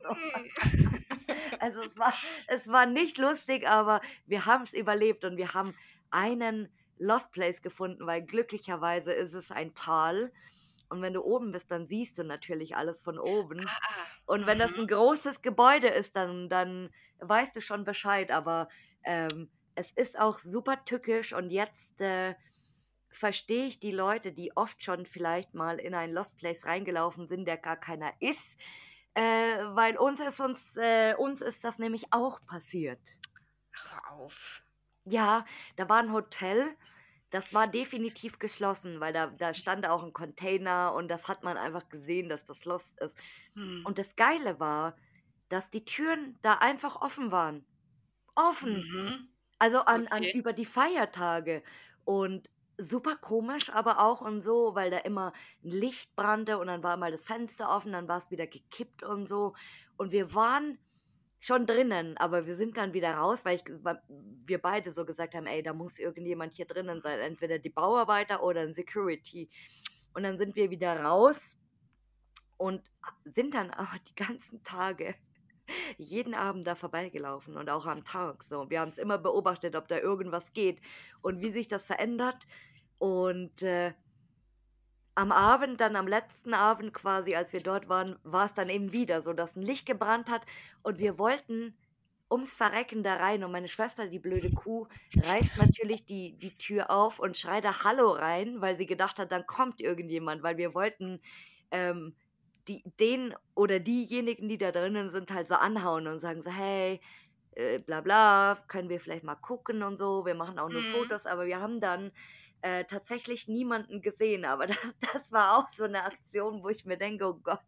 Also, es war nicht lustig, aber wir haben's überlebt und wir haben einen Lost Place gefunden, weil glücklicherweise ist es ein Tal und wenn du oben bist, dann siehst du natürlich alles von oben. Ah, Und wenn das mhm. 'n großes Gebäude ist, dann weißt du schon Bescheid, aber, es ist auch super tückisch und jetzt, verstehe ich die Leute, die oft schon vielleicht mal in ein Lost Place reingelaufen sind, der gar keiner ist, weil uns ist das nämlich auch passiert. Hör auf. Ja, da war 'n Hotel, das war definitiv geschlossen, weil da stand auch 'n Container und das hat man einfach gesehen, dass das lost ist. Mhm. Und das Geile war, dass die Türen da einfach offen waren. Offen! Mhm. Also, an Okay. über die Feiertage und super komisch, aber auch und so, weil da immer 'n Licht brannte und dann war mal das Fenster offen, dann war's wieder gekippt und so. Und wir waren schon drinnen, aber wir sind dann wieder raus, weil wir beide so gesagt haben: „Ey, da muss irgendjemand hier drinnen sein, entweder die Bauarbeiter oder 'n Security.“ Und dann sind wir wieder raus und sind dann aber die ganzen Tage jeden Abend da vorbeigelaufen und auch am Tag so. Wir haben's immer beobachtet, ob da irgendwas geht und wie sich das verändert und, am letzten Abend quasi, als wir dort waren, war es dann eben wieder so, dass ein Licht gebrannt hat und wir wollten ums Verrecken da rein und meine Schwester, die blöde Kuh, reißt natürlich die Tür auf und schreit da „Hallo" rein, weil sie gedacht hat, dann kommt irgendjemand, weil wir wollten, ähm, den oder diejenigen, die da drinnen sind, halt so anhauen und sagen so: „Hey, bla bla, können wir vielleicht mal gucken und so. Wir machen auch nur Mhm. Fotos", aber wir haben dann, tatsächlich niemanden gesehen, aber das war auch so 'ne Aktion, wo ich mir denke: „Oh Gott."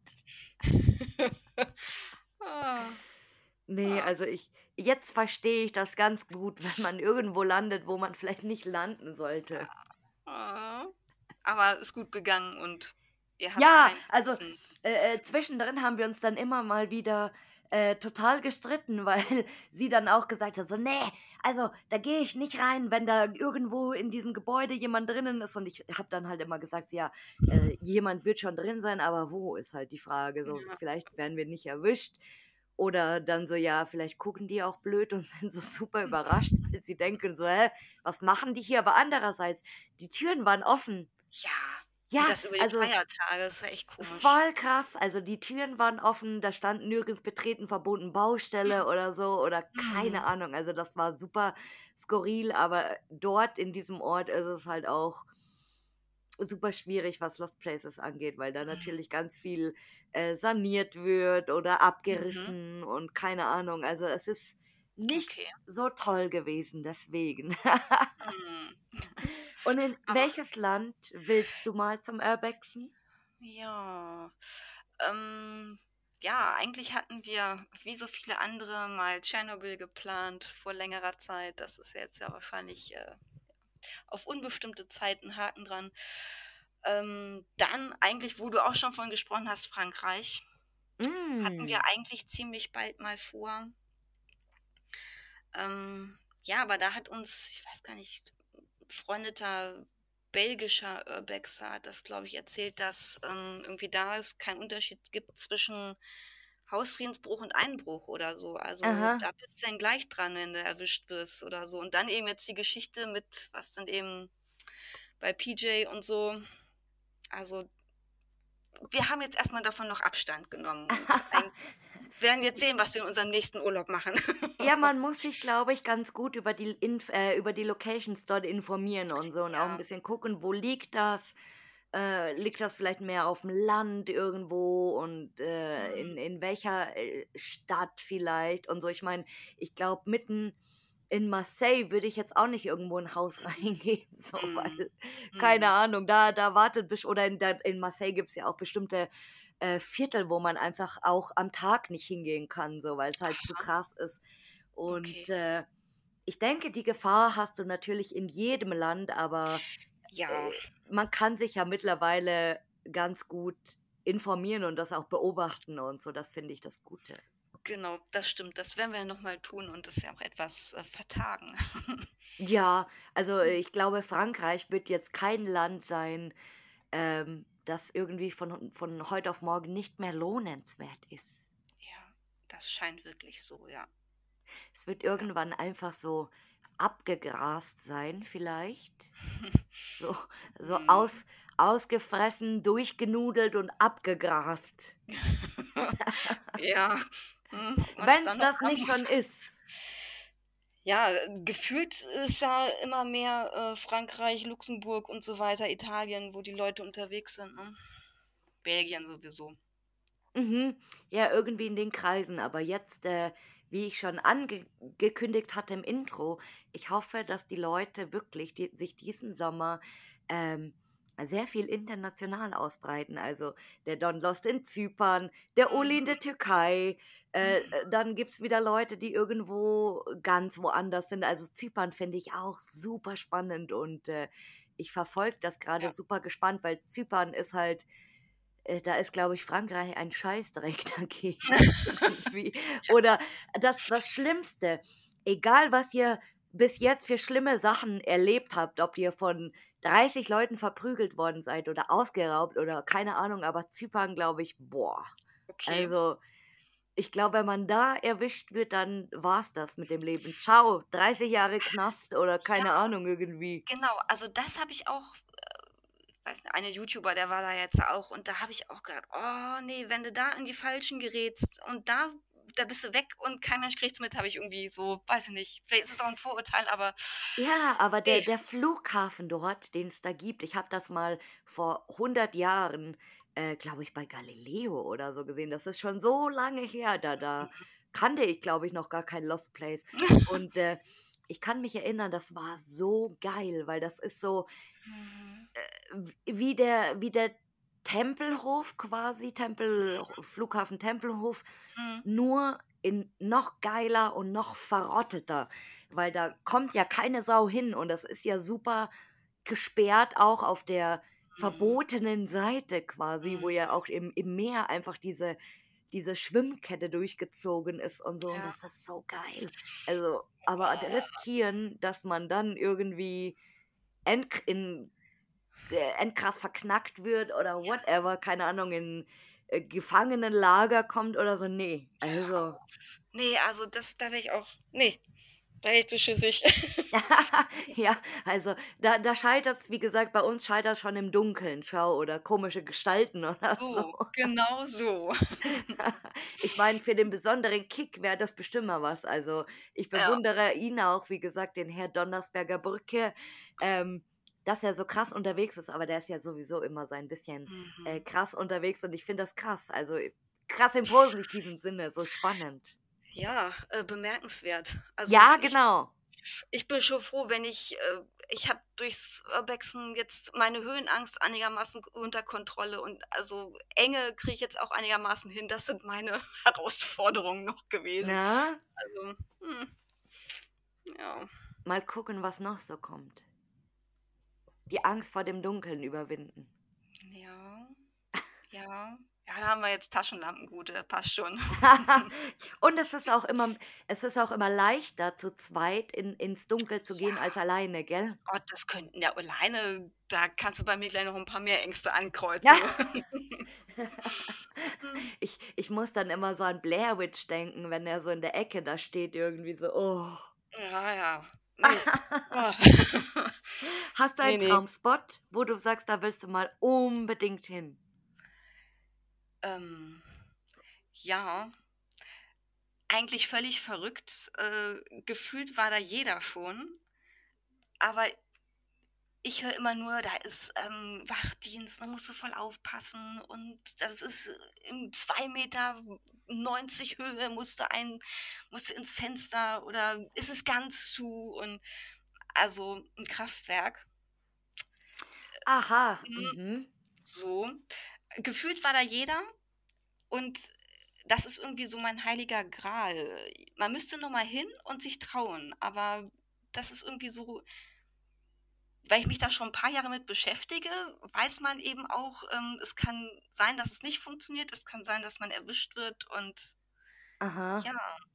Ah, Ne, ah, also jetzt verstehe ich das ganz gut, wenn man irgendwo landet, wo man vielleicht nicht landen sollte. ah. Aber ist gut gegangen und ihr habt Ja, keinen also, getroffen. zwischendrin haben wir uns dann immer mal wieder, total gestritten, weil sie dann auch gesagt hat so: „Ne, also, da gehe ich nicht rein, wenn da irgendwo in diesem Gebäude jemand drinnen ist." Und ich habe dann halt immer gesagt: „Ja, jemand wird schon drin sein, aber wo, ist halt die Frage." So, Ja. vielleicht werden wir nicht erwischt oder dann so: „Ja, vielleicht gucken die auch blöd und sind so super überrascht, weil sie denken so: ‚Hä, was machen die hier?'" Aber andererseits, die Türen waren offen. Ja, und Ja, das über die also Feiertage, ist ja echt komisch. voll krass. Also, die Türen waren offen, da stand nirgends „Betreten verboten, Baustelle" Mhm, oder so oder keine mhm, Ahnung. Also, das war super skurril, aber dort in diesem Ort ist es halt auch super schwierig, was Lost Places angeht, weil da mhm, natürlich ganz viel, saniert wird oder mhm, abgerissen und keine Ahnung. Also, es ist nicht okay. so toll gewesen, deswegen. Mhm. Und in Aber welches Land willst du mal zum Urbexen? ja, ähm, ja, eigentlich hatten wir, wie so viele andere, mal Tschernobyl geplant vor längerer Zeit. Das ist jetzt ja wahrscheinlich, auf unbestimmte Zeit 'n Haken dran. Dann eigentlich, wo du auch schon von gesprochen hast, Frankreich, hatten wir Hm. eigentlich ziemlich bald mal vor. Ja, aber da hat uns, ich weiß gar nicht, befreundeter belgischer Urbexer hat das, glaube ich, erzählt, dass, irgendwie da es keinen Unterschied gibt zwischen Hausfriedensbruch und Einbruch oder so. Also, Aha. da bist du dann gleich dran, wenn du erwischt wirst oder so. Und dann eben jetzt die Geschichte mit, was dann eben bei PJ und so. Also, wir haben jetzt erst mal davon noch Abstand genommen und werden jetzt sehen, was wir in unserem nächsten Urlaub machen. Ja, man muss sich, glaube ich, ganz gut über die Locations dort informieren und so und auch 'n Ja, bisschen gucken, wo liegt das? Liegt das vielleicht mehr auf'm Land irgendwo und, mhm, in welcher, Stadt vielleicht und so? Ich meine, ich glaube, mitten in Marseille würde ich jetzt auch nicht irgendwo in 'n Haus reingehen, so, mhm, weil keine mhm. Ahnung, da wartet best oder in Marseille gibt's ja auch bestimmte, Viertel, wo man einfach auch am Tag nicht hingehen kann, so, weil's halt zu Aha, krass ist. Und, okay. ich denke, die Gefahr hast du natürlich in jedem Land, aber, Ja, man kann sich ja mittlerweile ganz gut informieren und das auch beobachten und so. Das finde ich das Gute. genau, das stimmt. Das werden wir noch mal tun und das ja auch etwas, vertagen. Ja, also, ich glaube, Frankreich wird jetzt kein Land sein, das irgendwie von heute auf morgen nicht mehr lohnenswert ist. Ja, das scheint wirklich so, ja. Es wird Ja. irgendwann einfach so abgegrast sein vielleicht. So so Mhm. ausgefressen, durchgenudelt und abgegrast. Ja, ob man's Wenn's dann noch das haben nicht muss. schon ist. Ja, gefühlt ist ja immer mehr, Frankreich, Luxemburg und so weiter, Italien, wo die Leute unterwegs sind, ne? Belgien sowieso. Mhm. Ja, irgendwie in den Kreisen. Aber jetzt, wie ich schon angekündigt hatte im Intro, ich hoffe, dass die Leute wirklich sich diesen Sommer sehr viel international ausbreiten. Also der Don Lost in Zypern, der Uli in Mhm, der Türkei. mhm. Dann gibt's wieder Leute, die irgendwo ganz woanders sind. Also Zypern finde ich auch super spannend und ich verfolge das gerade Ja, super gespannt, weil Zypern ist halt da ist, glaube ich, Frankreich ein Scheißdreck dagegen irgendwie. Oder das Schlimmste, egal was ihr bis jetzt für schlimme Sachen erlebt habt, ob ihr von 30 Leuten verprügelt worden seid oder ausgeraubt oder keine Ahnung, aber Zypern, glaube ich, boah. okay. Also, ich glaube, wenn man da erwischt wird, dann war's das mit dem Leben. Ciao, 30 Jahre Knast oder Ja, keine Ahnung irgendwie. genau. Also, das habe ich auch weiß nicht, eine YouTuber, der war da jetzt auch und da habe ich auch gedacht: „Oh ne, wenn du da in die Falschen gerätst und da bist du weg und kein Mensch kriegt's mit“, habe ich irgendwie so, weiß ich nicht, vielleicht ist es auch 'n Vorurteil, aber Ja, aber der ne. der Flughafen dort, den es da gibt, ich habe das mal vor 100 Jahren, glaube ich, bei Galileo oder so gesehen. Das ist schon so lange her, da kannte ich, glaube ich, noch gar kein Lost Place. Und, ich kann mich erinnern, das war so geil, weil das ist so Mhm, wie der Tempelhof quasi, Flughafen Tempelhof, mhm, nur in noch geiler und noch verrotteter, weil da kommt ja keine Sau hin und das ist ja super gesperrt auch auf der mhm, verbotenen Seite quasi, wo ja mhm, auch im Meer einfach diese Schwimmkette durchgezogen ist und so und ja. das ist so geil. Also, aber riskieren, dass man dann irgendwie in endkrass verknackt wird oder whatever, keine Ahnung, in, Gefangenenlager kommt oder so, ne. Also Ne, also das da wäre ich auch, ne, da wäre ich zu schissig. ja, also da scheitert's, wie gesagt, bei uns scheitert's schon im Dunkeln, schau, oder komische Gestalten oder so. So, genau so. Ich meine, für den besonderen Kick wäre das bestimmt mal was. Also, ich Ja. bewundere ihn auch, wie gesagt, den Herr Donnersberger Brücke, ähm, dass er so krass unterwegs ist, aber der ist ja sowieso immer so ein bisschen, Mhm. krass unterwegs und ich finde das krass. Also, krass im positiven Sinne, so spannend. Ja, bemerkenswert. Also, Ja, ich genau. ich bin schon froh, wenn ich habe durchs Urbexen jetzt meine Höhenangst einigermaßen unter Kontrolle und also Enge kriege ich jetzt auch einigermaßen hin. Das sind meine Herausforderungen noch gewesen. Na, Also, ja, mal gucken, was noch so kommt. Die Angst vor dem Dunkeln überwinden. ja, ja. Ja, da haben wir jetzt Taschenlampen, gut, passt schon. Und es ist auch immer leichter, zu zweit ins Dunkel zu gehen als alleine, gell? Gott, das könnten ja alleine da kannst du bei mir gleich noch 'n paar mehr Ängste Ja. ankreuzen, du. Ich muss dann immer so an Blair Witch denken, wenn er so in der Ecke da steht irgendwie so, oh. Ja, ja. Ne. Ah. Hast du Ne, einen ne. Traumspot, wo du sagst, da willst du mal unbedingt hin? Ähm, ja, eigentlich völlig verrückt. Gefühlt war da jeder schon, aber ich höre immer nur, da ist, Wachdienst, da musst du voll aufpassen und das ist in 2,90 m Höhe, musst du ins Fenster oder ist es ganz zu und also 'n Kraftwerk. Aha, Mhm, mhm. so. Gefühlt war da jeder und das ist irgendwie so mein heiliger Gral. Man müsste nur mal hin und sich trauen, aber das ist irgendwie so, weil ich mich da schon 'n paar Jahre mit beschäftige, weiß man eben auch, es kann sein, dass es nicht funktioniert. Es kann sein, dass man erwischt wird und Aha. ja,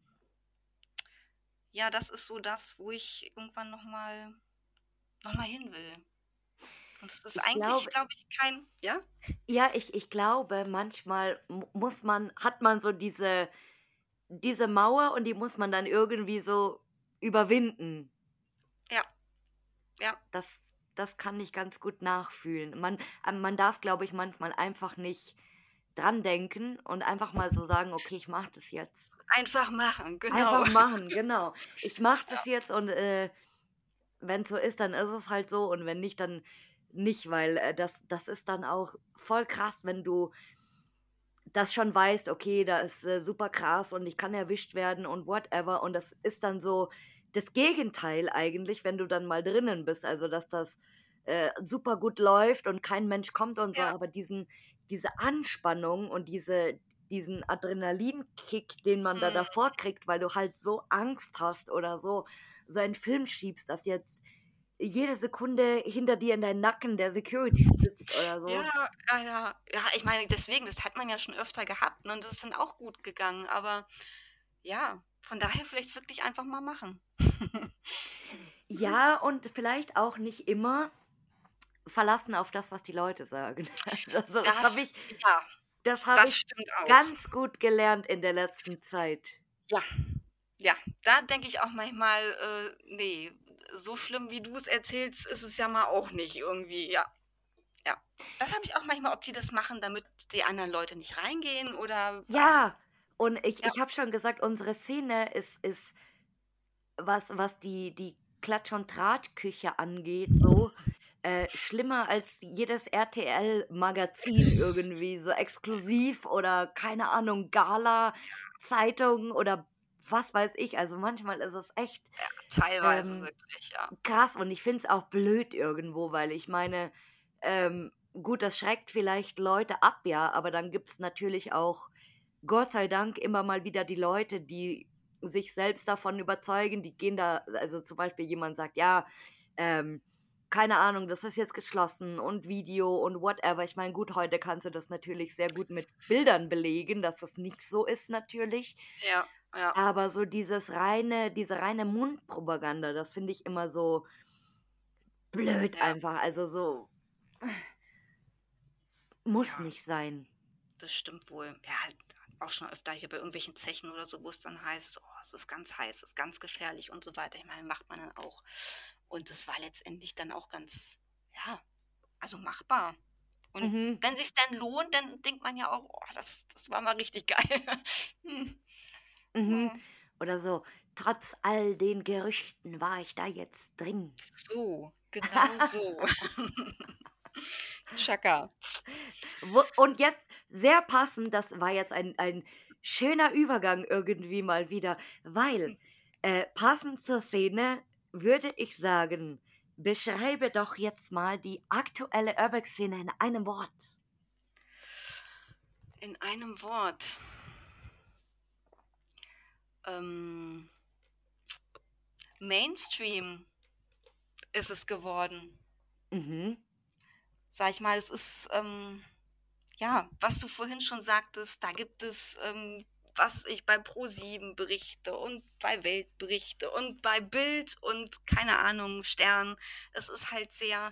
ja, das ist so das, wo ich irgendwann noch mal hin will. Und es ist Ich eigentlich, glaube glaube ich, kein ja? ja, ich glaube, manchmal hat man so diese Mauer und die muss man dann irgendwie so überwinden. Ja, ja. Das das kann ich ganz gut nachfühlen. Man darf, glaube ich, manchmal einfach nicht dran denken und einfach mal so sagen: „Okay, ich mache das jetzt.“ Einfach machen, genau. Einfach machen, genau. Ich mache das jetzt und, wenn's so ist, dann ist es halt so und wenn nicht, dann nicht, weil, das ist dann auch voll krass, wenn du das schon weißt: „Okay, da ist, super krass und ich kann erwischt werden und whatever.“ Und das ist dann so das Gegenteil eigentlich, wenn du dann mal drinnen bist. Also, dass das, super gut läuft und kein Mensch kommt und so, Ja, aber diese Anspannung und diesen Adrenalinkick, den man da mhm. davor kriegt, weil du halt so Angst hast oder so einen Film schiebst, dass jetzt jede Sekunde hinter dir in deinem Nacken der Security sitzt oder Ja, so. ja, ja. Ja, ich meine, deswegen, das hat man ja schon öfter gehabt, ne, und das ist dann auch gut gegangen, aber ja, von daher vielleicht wirklich einfach mal machen. Ja, und vielleicht auch nicht immer verlassen auf das, was die Leute sagen. Also, das habe Das ich ja, das habe das ich stimmt auch. ganz gut gelernt in der letzten Zeit. Ja, ja, da denke ich auch manchmal, ne, so schlimm, wie du's erzählst, ist es ja mal auch nicht irgendwie. Ja, ja. Das habe ich auch manchmal, ob die das machen, damit die anderen Leute nicht reingehen oder einfach Ja, und ich ja, ich habe schon gesagt, unsere Szene ist, was die Klatsch und Trat-Küche angeht, so, schlimmer als jedes RTL-Magazin irgendwie, so exklusiv oder, keine Ahnung, Gala-Zeitung oder was weiß ich. Also, manchmal ist es echt, teilweise ähm, wirklich, ja. krass, und ich finde es auch blöd irgendwo, weil ich meine, gut, das schreckt vielleicht Leute ab, ja, aber dann gibt's natürlich auch, Gott sei Dank, immer mal wieder die Leute, die sich selbst davon überzeugen, die gehen da, also zum Beispiel jemand sagt, ja, ähm, keine Ahnung, das ist jetzt geschlossen und Video und whatever. Ich meine, gut, heute kannst du das natürlich sehr gut mit Bildern belegen, dass das nicht so ist natürlich. Ja, ja, Aber so diese reine Mundpropaganda, das finde ich immer so blöd ja, einfach. Also so, muss ja, nicht sein. das stimmt wohl. Ja, halt auch schon öfter hier bei irgendwelchen Zechen oder so, wo es dann heißt: „Oh, es ist ganz heiß, es ist ganz gefährlich“ und so weiter. Ich meine, macht man dann auch. Und das war letztendlich dann auch ganz, ja, also machbar. Und Mhm, wenn sich's dann lohnt, dann denkt man ja auch: „Oh, das war mal richtig geil.“ Hm, mhm. ja. Oder so, trotz all den Gerüchten war ich da jetzt drin. So, genau so. Chaka. Und jetzt sehr passend, das war jetzt ein schöner Übergang irgendwie mal wieder, weil, passend zur Szene würde ich sagen, beschreibe doch jetzt mal die aktuelle Urbex-Szene in einem Wort. In einem Wort. Ähm, Mainstream ist es geworden. Mhm, Sage ich mal, es ist, ja, was du vorhin schon sagtest, da gibt es, was ich bei ProSieben berichte und bei Welt berichte und bei Bild und keine Ahnung, Stern. Es ist halt sehr,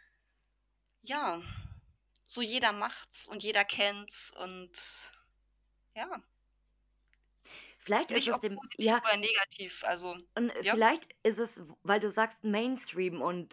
ja, so jeder macht's und jeder kennt's und ja, vielleicht ist nicht es ob dem, positiv ja, oder negativ, also und ja. vielleicht ist es, weil du sagst Mainstream und,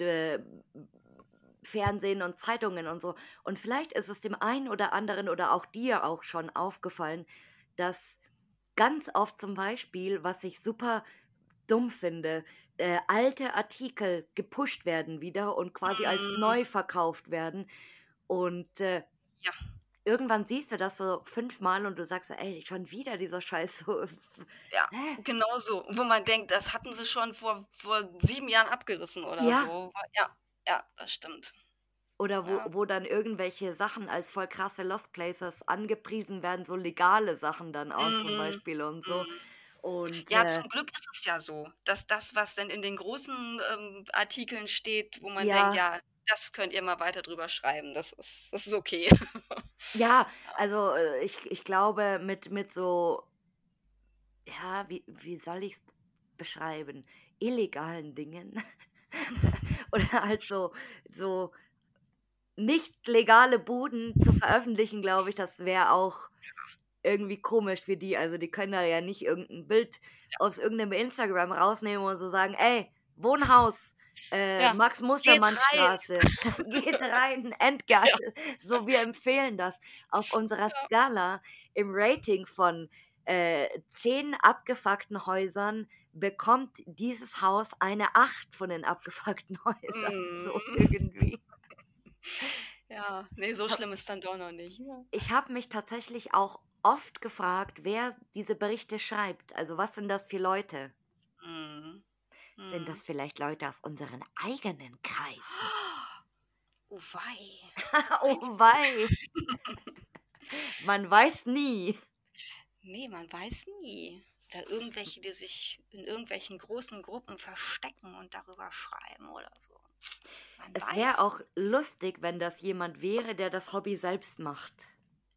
Fernsehen und Zeitungen und so. Und vielleicht ist es dem einen oder anderen oder auch dir auch schon aufgefallen, dass ganz oft zum Beispiel, was ich super dumm finde, alte Artikel gepusht werden wieder und quasi als Mhm, neu verkauft werden. Und, ja. irgendwann siehst du das so fünfmal und du sagst so: „Ey, schon wieder dieser Scheiß", so, Ja, hä? genau so. Wo man denkt, das hatten sie schon vor 7 Jahren abgerissen oder Ja. so. Ja, ja, das stimmt. Oder wo Ja. wo dann irgendwelche Sachen als voll krasse Lost Places angepriesen werden, so legale Sachen dann auch zum Mhm, Beispiel und so. mhm. Und, Ja, zum Glück ist es ja so, dass das, was denn in den großen, Artikeln steht, wo man denkt: ja, „Ja, das könnt ihr mal weiter drüber schreiben, das ist okay.“ ja, also, ich glaube, mit so, ja, wie soll ich's beschreiben? Illegalen Dingen oder halt so nicht legale Buden zu veröffentlichen, glaube ich, das wäre auch irgendwie komisch für die. Also, die können da ja nicht irgendein Bild aus irgendeinem Instagram rausnehmen und so sagen: „Ey, Wohnhaus, Ja, geht rein. Max-Mustermann-Straße, geht rein, Endgeil." Ja, So, wir empfehlen das. Auf unserer ja. Skala im Rating von, 10 abgefuckten Häusern bekommt dieses Haus eine 8 von den abgefuckten Häusern, so Mhm. irgendwie. Ja, ne, so schlimm ist dann doch noch nicht. Ja. Ich habe mich tatsächlich auch oft gefragt, wer diese Berichte schreibt. Also, was sind das für Leute? Mhm. Sind Mhm. das vielleicht Leute aus unseren eigenen Kreisen? Oh wei, meinst Oh du? wei, man weiß nie. Ne, man weiß nie. Oder irgendwelche, die sich in irgendwelchen großen Gruppen verstecken und darüber schreiben oder so. Man Es wäre weiß auch nie. lustig, wenn das jemand wäre, der das Hobby selbst macht.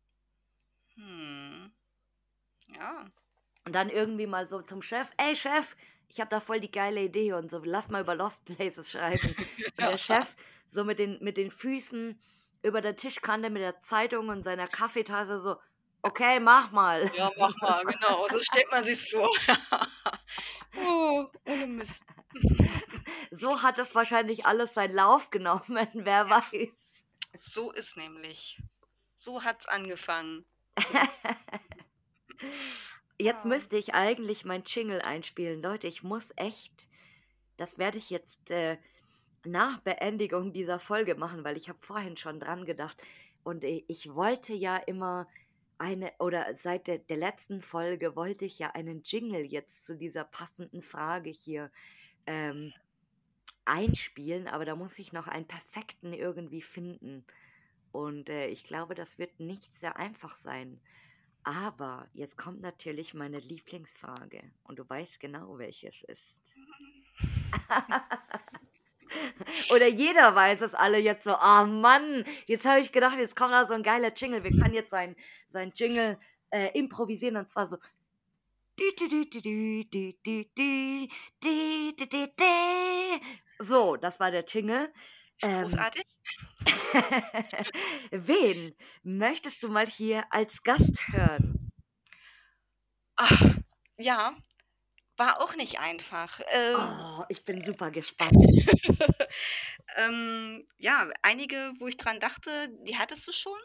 Mhm. Ja. Und dann irgendwie mal so zum Chef: „Ey Chef, ich habe da voll die geile Idee und so, lass mal über Lost Places schreiben." Und der Ja. Chef so mit den Füßen über der Tischkante mit der Zeitung und seiner Kaffeetasse so: „Okay, mach mal." Ja, mach mal, genau. So stellt man sich's vor. Oh, ohne Mist. So hat das wahrscheinlich alles seinen Lauf genommen, wer Ja, weiß. So ist nämlich. So hat's angefangen. Jetzt Ja. müsste ich eigentlich mein Jingle einspielen. Leute, ich muss echt, das werde ich jetzt nach Beendigung dieser Folge machen, weil ich habe vorhin schon dran gedacht. Und ich wollte ja immer oder seit der letzten Folge wollte ich ja einen Jingle jetzt zu dieser passenden Frage hier ähm, einspielen, aber da muss ich noch einen perfekten irgendwie finden. Und ich glaube, das wird nicht sehr einfach sein. Aber jetzt kommt natürlich meine Lieblingsfrage und du weißt genau, welches ist. Oder jeder weiß es alle jetzt so, ah Mann, jetzt habe ich gedacht, jetzt kommt da so ein geiler Jingle. Wir können jetzt sein Jingle improvisieren und zwar so. So, das war der Jingle. Ähm, Großartig. wen möchtest du mal hier als Gast hören? Ach, ja, war auch nicht einfach. Oh, ich bin super gespannt. Ja, einige, wo ich dran dachte, die hattest du schon.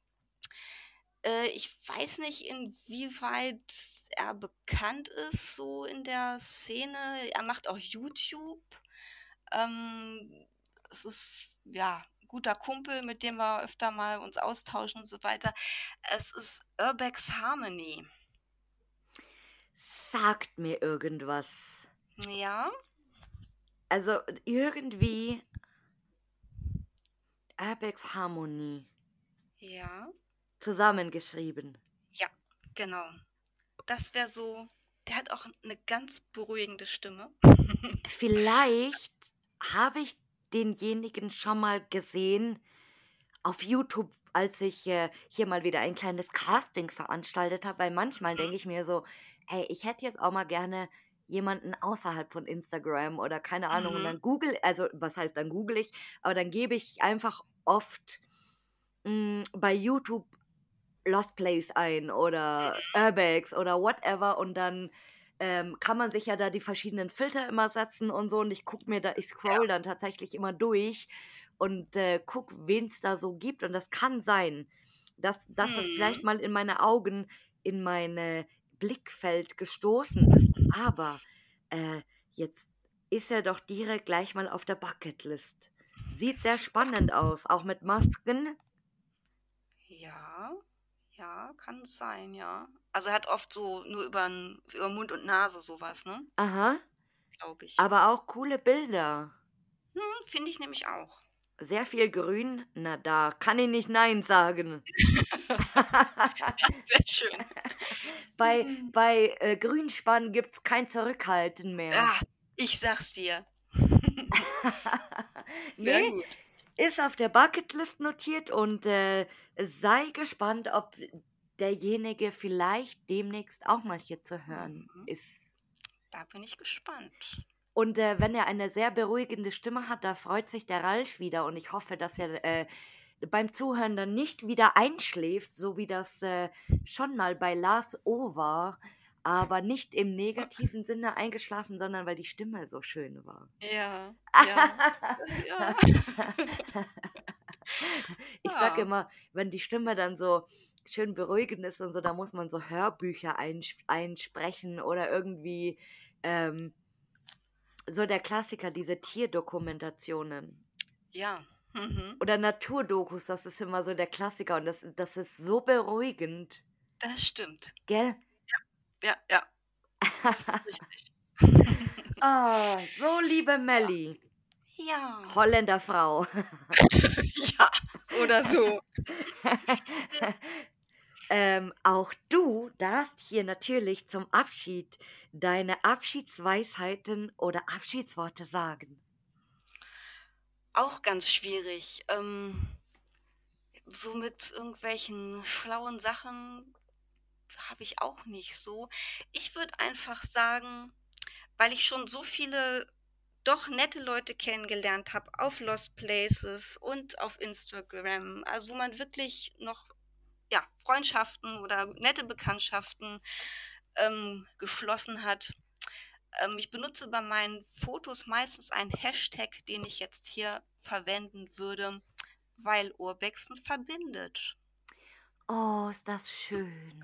Ich weiß nicht, inwieweit er bekannt ist so in der Szene. Er macht auch YouTube. Ähm, Es ist, ja, 'n guter Kumpel, mit dem wir öfter mal uns austauschen und so weiter. Es ist Urbex Harmony. Sagt mir irgendwas. Ja, Also irgendwie Airbags Harmonie ja, zusammengeschrieben. ja, genau. Das wäre so, der hat auch eine ganz beruhigende Stimme. Vielleicht habe ich denjenigen schon mal gesehen auf YouTube, als ich hier mal wieder ein kleines Casting veranstaltet habe, weil manchmal denke ich mir so, ey, ich hätte jetzt auch mal gerne jemanden außerhalb von Instagram oder keine Ahnung und Mhm, dann also was heißt, dann google ich, aber dann gebe ich einfach oft bei YouTube Lost Place ein oder Airbags oder whatever und dann kann man sich ja da die verschiedenen Filter immer setzen und so und ich ja, scroll dann tatsächlich immer durch und guck, wen es da so gibt und das kann sein, dass das vielleicht mhm, mal in meine Augen, in meine Blickfeld gestoßen ist, aber jetzt ist er doch direkt gleich mal auf der Bucketlist. Sieht sehr super. spannend aus, auch mit Masken. Ja, ja, kann sein, ja. Also, er hat oft so nur über Mund und Nase sowas, ne, Aha. glaube ich. Aber auch coole Bilder. Finde ich nämlich auch. Sehr viel Grün. Na, da kann ich nicht nein sagen. Sehr schön. Mhm. Bei Grünspan gibt's kein Zurückhalten mehr. Ah, ich sag's dir. Ne, Sehr gut. ist auf der Bucketlist notiert und sei gespannt, ob derjenige vielleicht demnächst auch mal hier zu hören Mhm. ist. Da bin ich gespannt. Und wenn er eine sehr beruhigende Stimme hat, da freut sich der Ralf wieder und ich hoffe, dass er beim Zuhören dann nicht wieder einschläft, so wie das schon mal bei Lars O war, aber nicht im negativen Sinne eingeschlafen, sondern weil die Stimme so schön war. Ja, ja, ja. Ich sage Ja, immer, wenn die Stimme dann so schön beruhigend ist und so, da muss man so Hörbücher einsprechen oder irgendwie ähm, so der Klassiker, diese Tierdokumentationen. ja. Mhm. Oder Naturdokus, das ist immer so der Klassiker und das ist so beruhigend, Das stimmt. gell? Ja, ja, das ist richtig. Ah, so liebe Ja. Melli, Ja. Holländerfrau. Ja, oder so. Auch du darfst hier natürlich zum Abschied deine Abschiedsweisheiten oder Abschiedsworte sagen. Auch ganz schwierig. So mit irgendwelchen schlauen Sachen habe ich auch nicht so. Ich würde einfach sagen, weil ich schon so viele doch nette Leute kennengelernt habe auf Lost Places und auf Instagram, also wo man wirklich noch, ja, Freundschaften oder nette Bekanntschaften, geschlossen hat. Ich benutze bei meinen Fotos meistens einen Hashtag, den ich jetzt hier verwenden würde. weil Urbexen verbindet. Oh, ist das schön.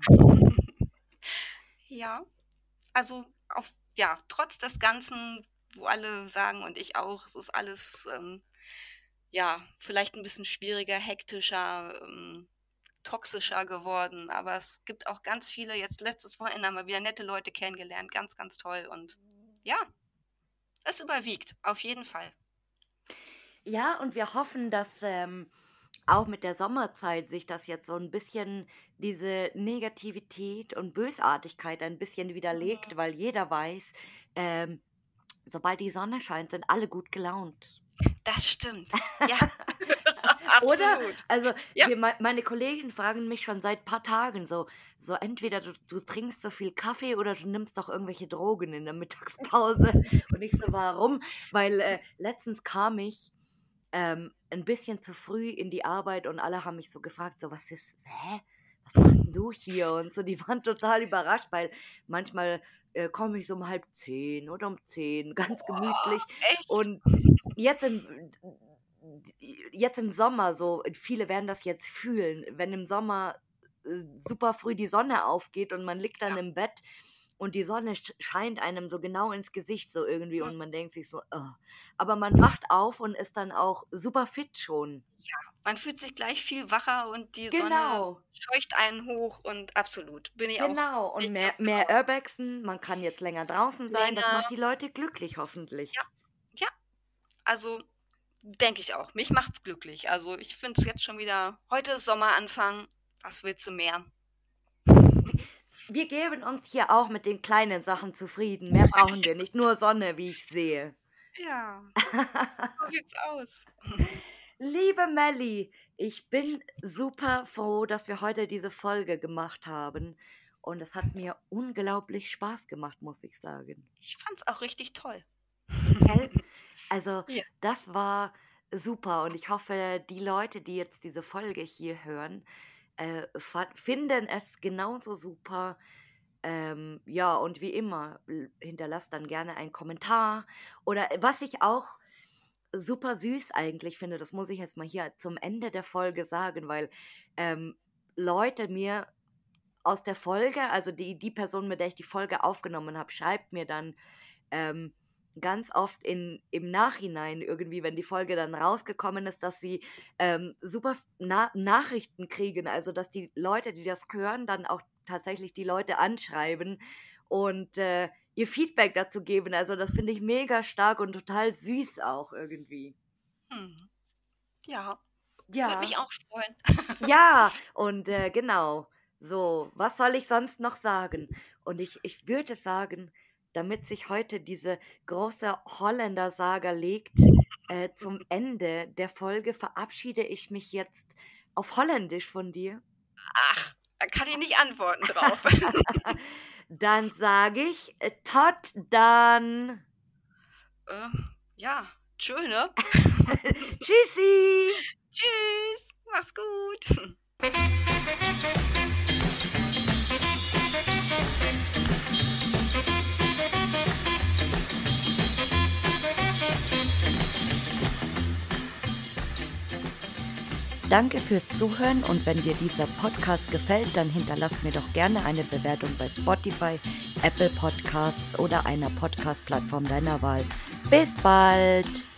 Ja, also ja, trotz des Ganzen, wo alle sagen und ich auch, es ist alles ja, vielleicht ein bisschen schwieriger, hektischer, toxischer geworden, aber es gibt auch ganz viele, jetzt letztes Wochenende haben wir wieder nette Leute kennengelernt, ganz, ganz toll und ja, es überwiegt, auf jeden Fall. Ja, und wir hoffen, dass auch mit der Sommerzeit sich das jetzt so ein bisschen diese Negativität und Bösartigkeit ein bisschen Mhm. widerlegt, weil jeder weiß, ähm, sobald die Sonne scheint, sind alle gut gelaunt. Das stimmt. Ja, Oder? absolut. Also, Ja. meine Kollegen fragen mich schon seit paar Tagen so entweder du trinkst so viel Kaffee oder du nimmst doch irgendwelche Drogen in der Mittagspause. Und ich so: „Warum?“ Weil, letztens kam ich, 'n bisschen zu früh in die Arbeit und alle haben mich so gefragt, so: „Was ist hä? Was machst 'n du hier?“ Und so, die waren total überrascht, weil manchmal, komme ich so um 9:30 oder um 10 ganz Boah, gemütlich echt? und Jetzt im Sommer so viele werden das jetzt fühlen, wenn im Sommer, super früh die Sonne aufgeht und man liegt dann Ja. im Bett und die Sonne scheint einem so genau ins Gesicht so irgendwie Hm. und man denkt sich so: Aber man wacht auf und ist dann auch super fit schon. Ja, man fühlt sich gleich viel wacher und die Sonne Genau, scheucht einen hoch und absolut, bin ich auch genau. sehe Und ich mehr ganz mehr genauso. Urbexen, man kann jetzt länger draußen sein, das Länger, macht die Leute glücklich hoffentlich. ja, ja, also, denke ich auch. Mich macht's glücklich. Also, ich finde es jetzt schon wieder heute ist Sommeranfang. Was willst du mehr? W Wir geben uns hier auch mit den kleinen Sachen zufrieden. Mehr brauchen wir nicht, nur Sonne, wie ich sehe. Ja, so sieht's aus. Liebe Melli, ich bin super froh, dass wir heute diese Folge gemacht haben. Und es hat mir unglaublich Spaß gemacht, muss ich sagen. Ich fand's auch richtig toll. Gell? Also, Ja. das war super und ich hoffe, die Leute, die jetzt diese Folge hier hören, finden es genauso super. Ja, und wie immer, hinterlasst dann gerne einen Kommentar. Oder was ich auch super süß eigentlich finde, das muss ich jetzt mal hier zum Ende der Folge sagen, weil Leute mir aus der Folge, also die Person, mit der ich die Folge aufgenommen habe, schreibt mir dann ähm, ganz oft im Nachhinein irgendwie, wenn die Folge dann rausgekommen ist, dass sie super Nachrichten kriegen, also dass die Leute, die das hören, dann auch tatsächlich die Leute anschreiben und ihr Feedback dazu geben. Also das finde ich mega stark und total süß auch irgendwie. Mhm. Ja, würde Ja, mich auch freuen. ja, und genau. So, was soll ich sonst noch sagen? Und ich würde sagen, damit sich heute diese große Holländer-Saga legt, zum Ende der Folge verabschiede ich mich jetzt auf Holländisch von dir. Ach, da kann ich nicht antworten drauf. Dann sage ich, tot dann. Äh, ja, tschö, ne? Tschüssi. Tschüss, mach's gut. Danke fürs Zuhören und wenn dir dieser Podcast gefällt, dann hinterlass mir doch gerne eine Bewertung bei Spotify, Apple Podcasts oder einer Podcast-Plattform deiner Wahl. Bis bald!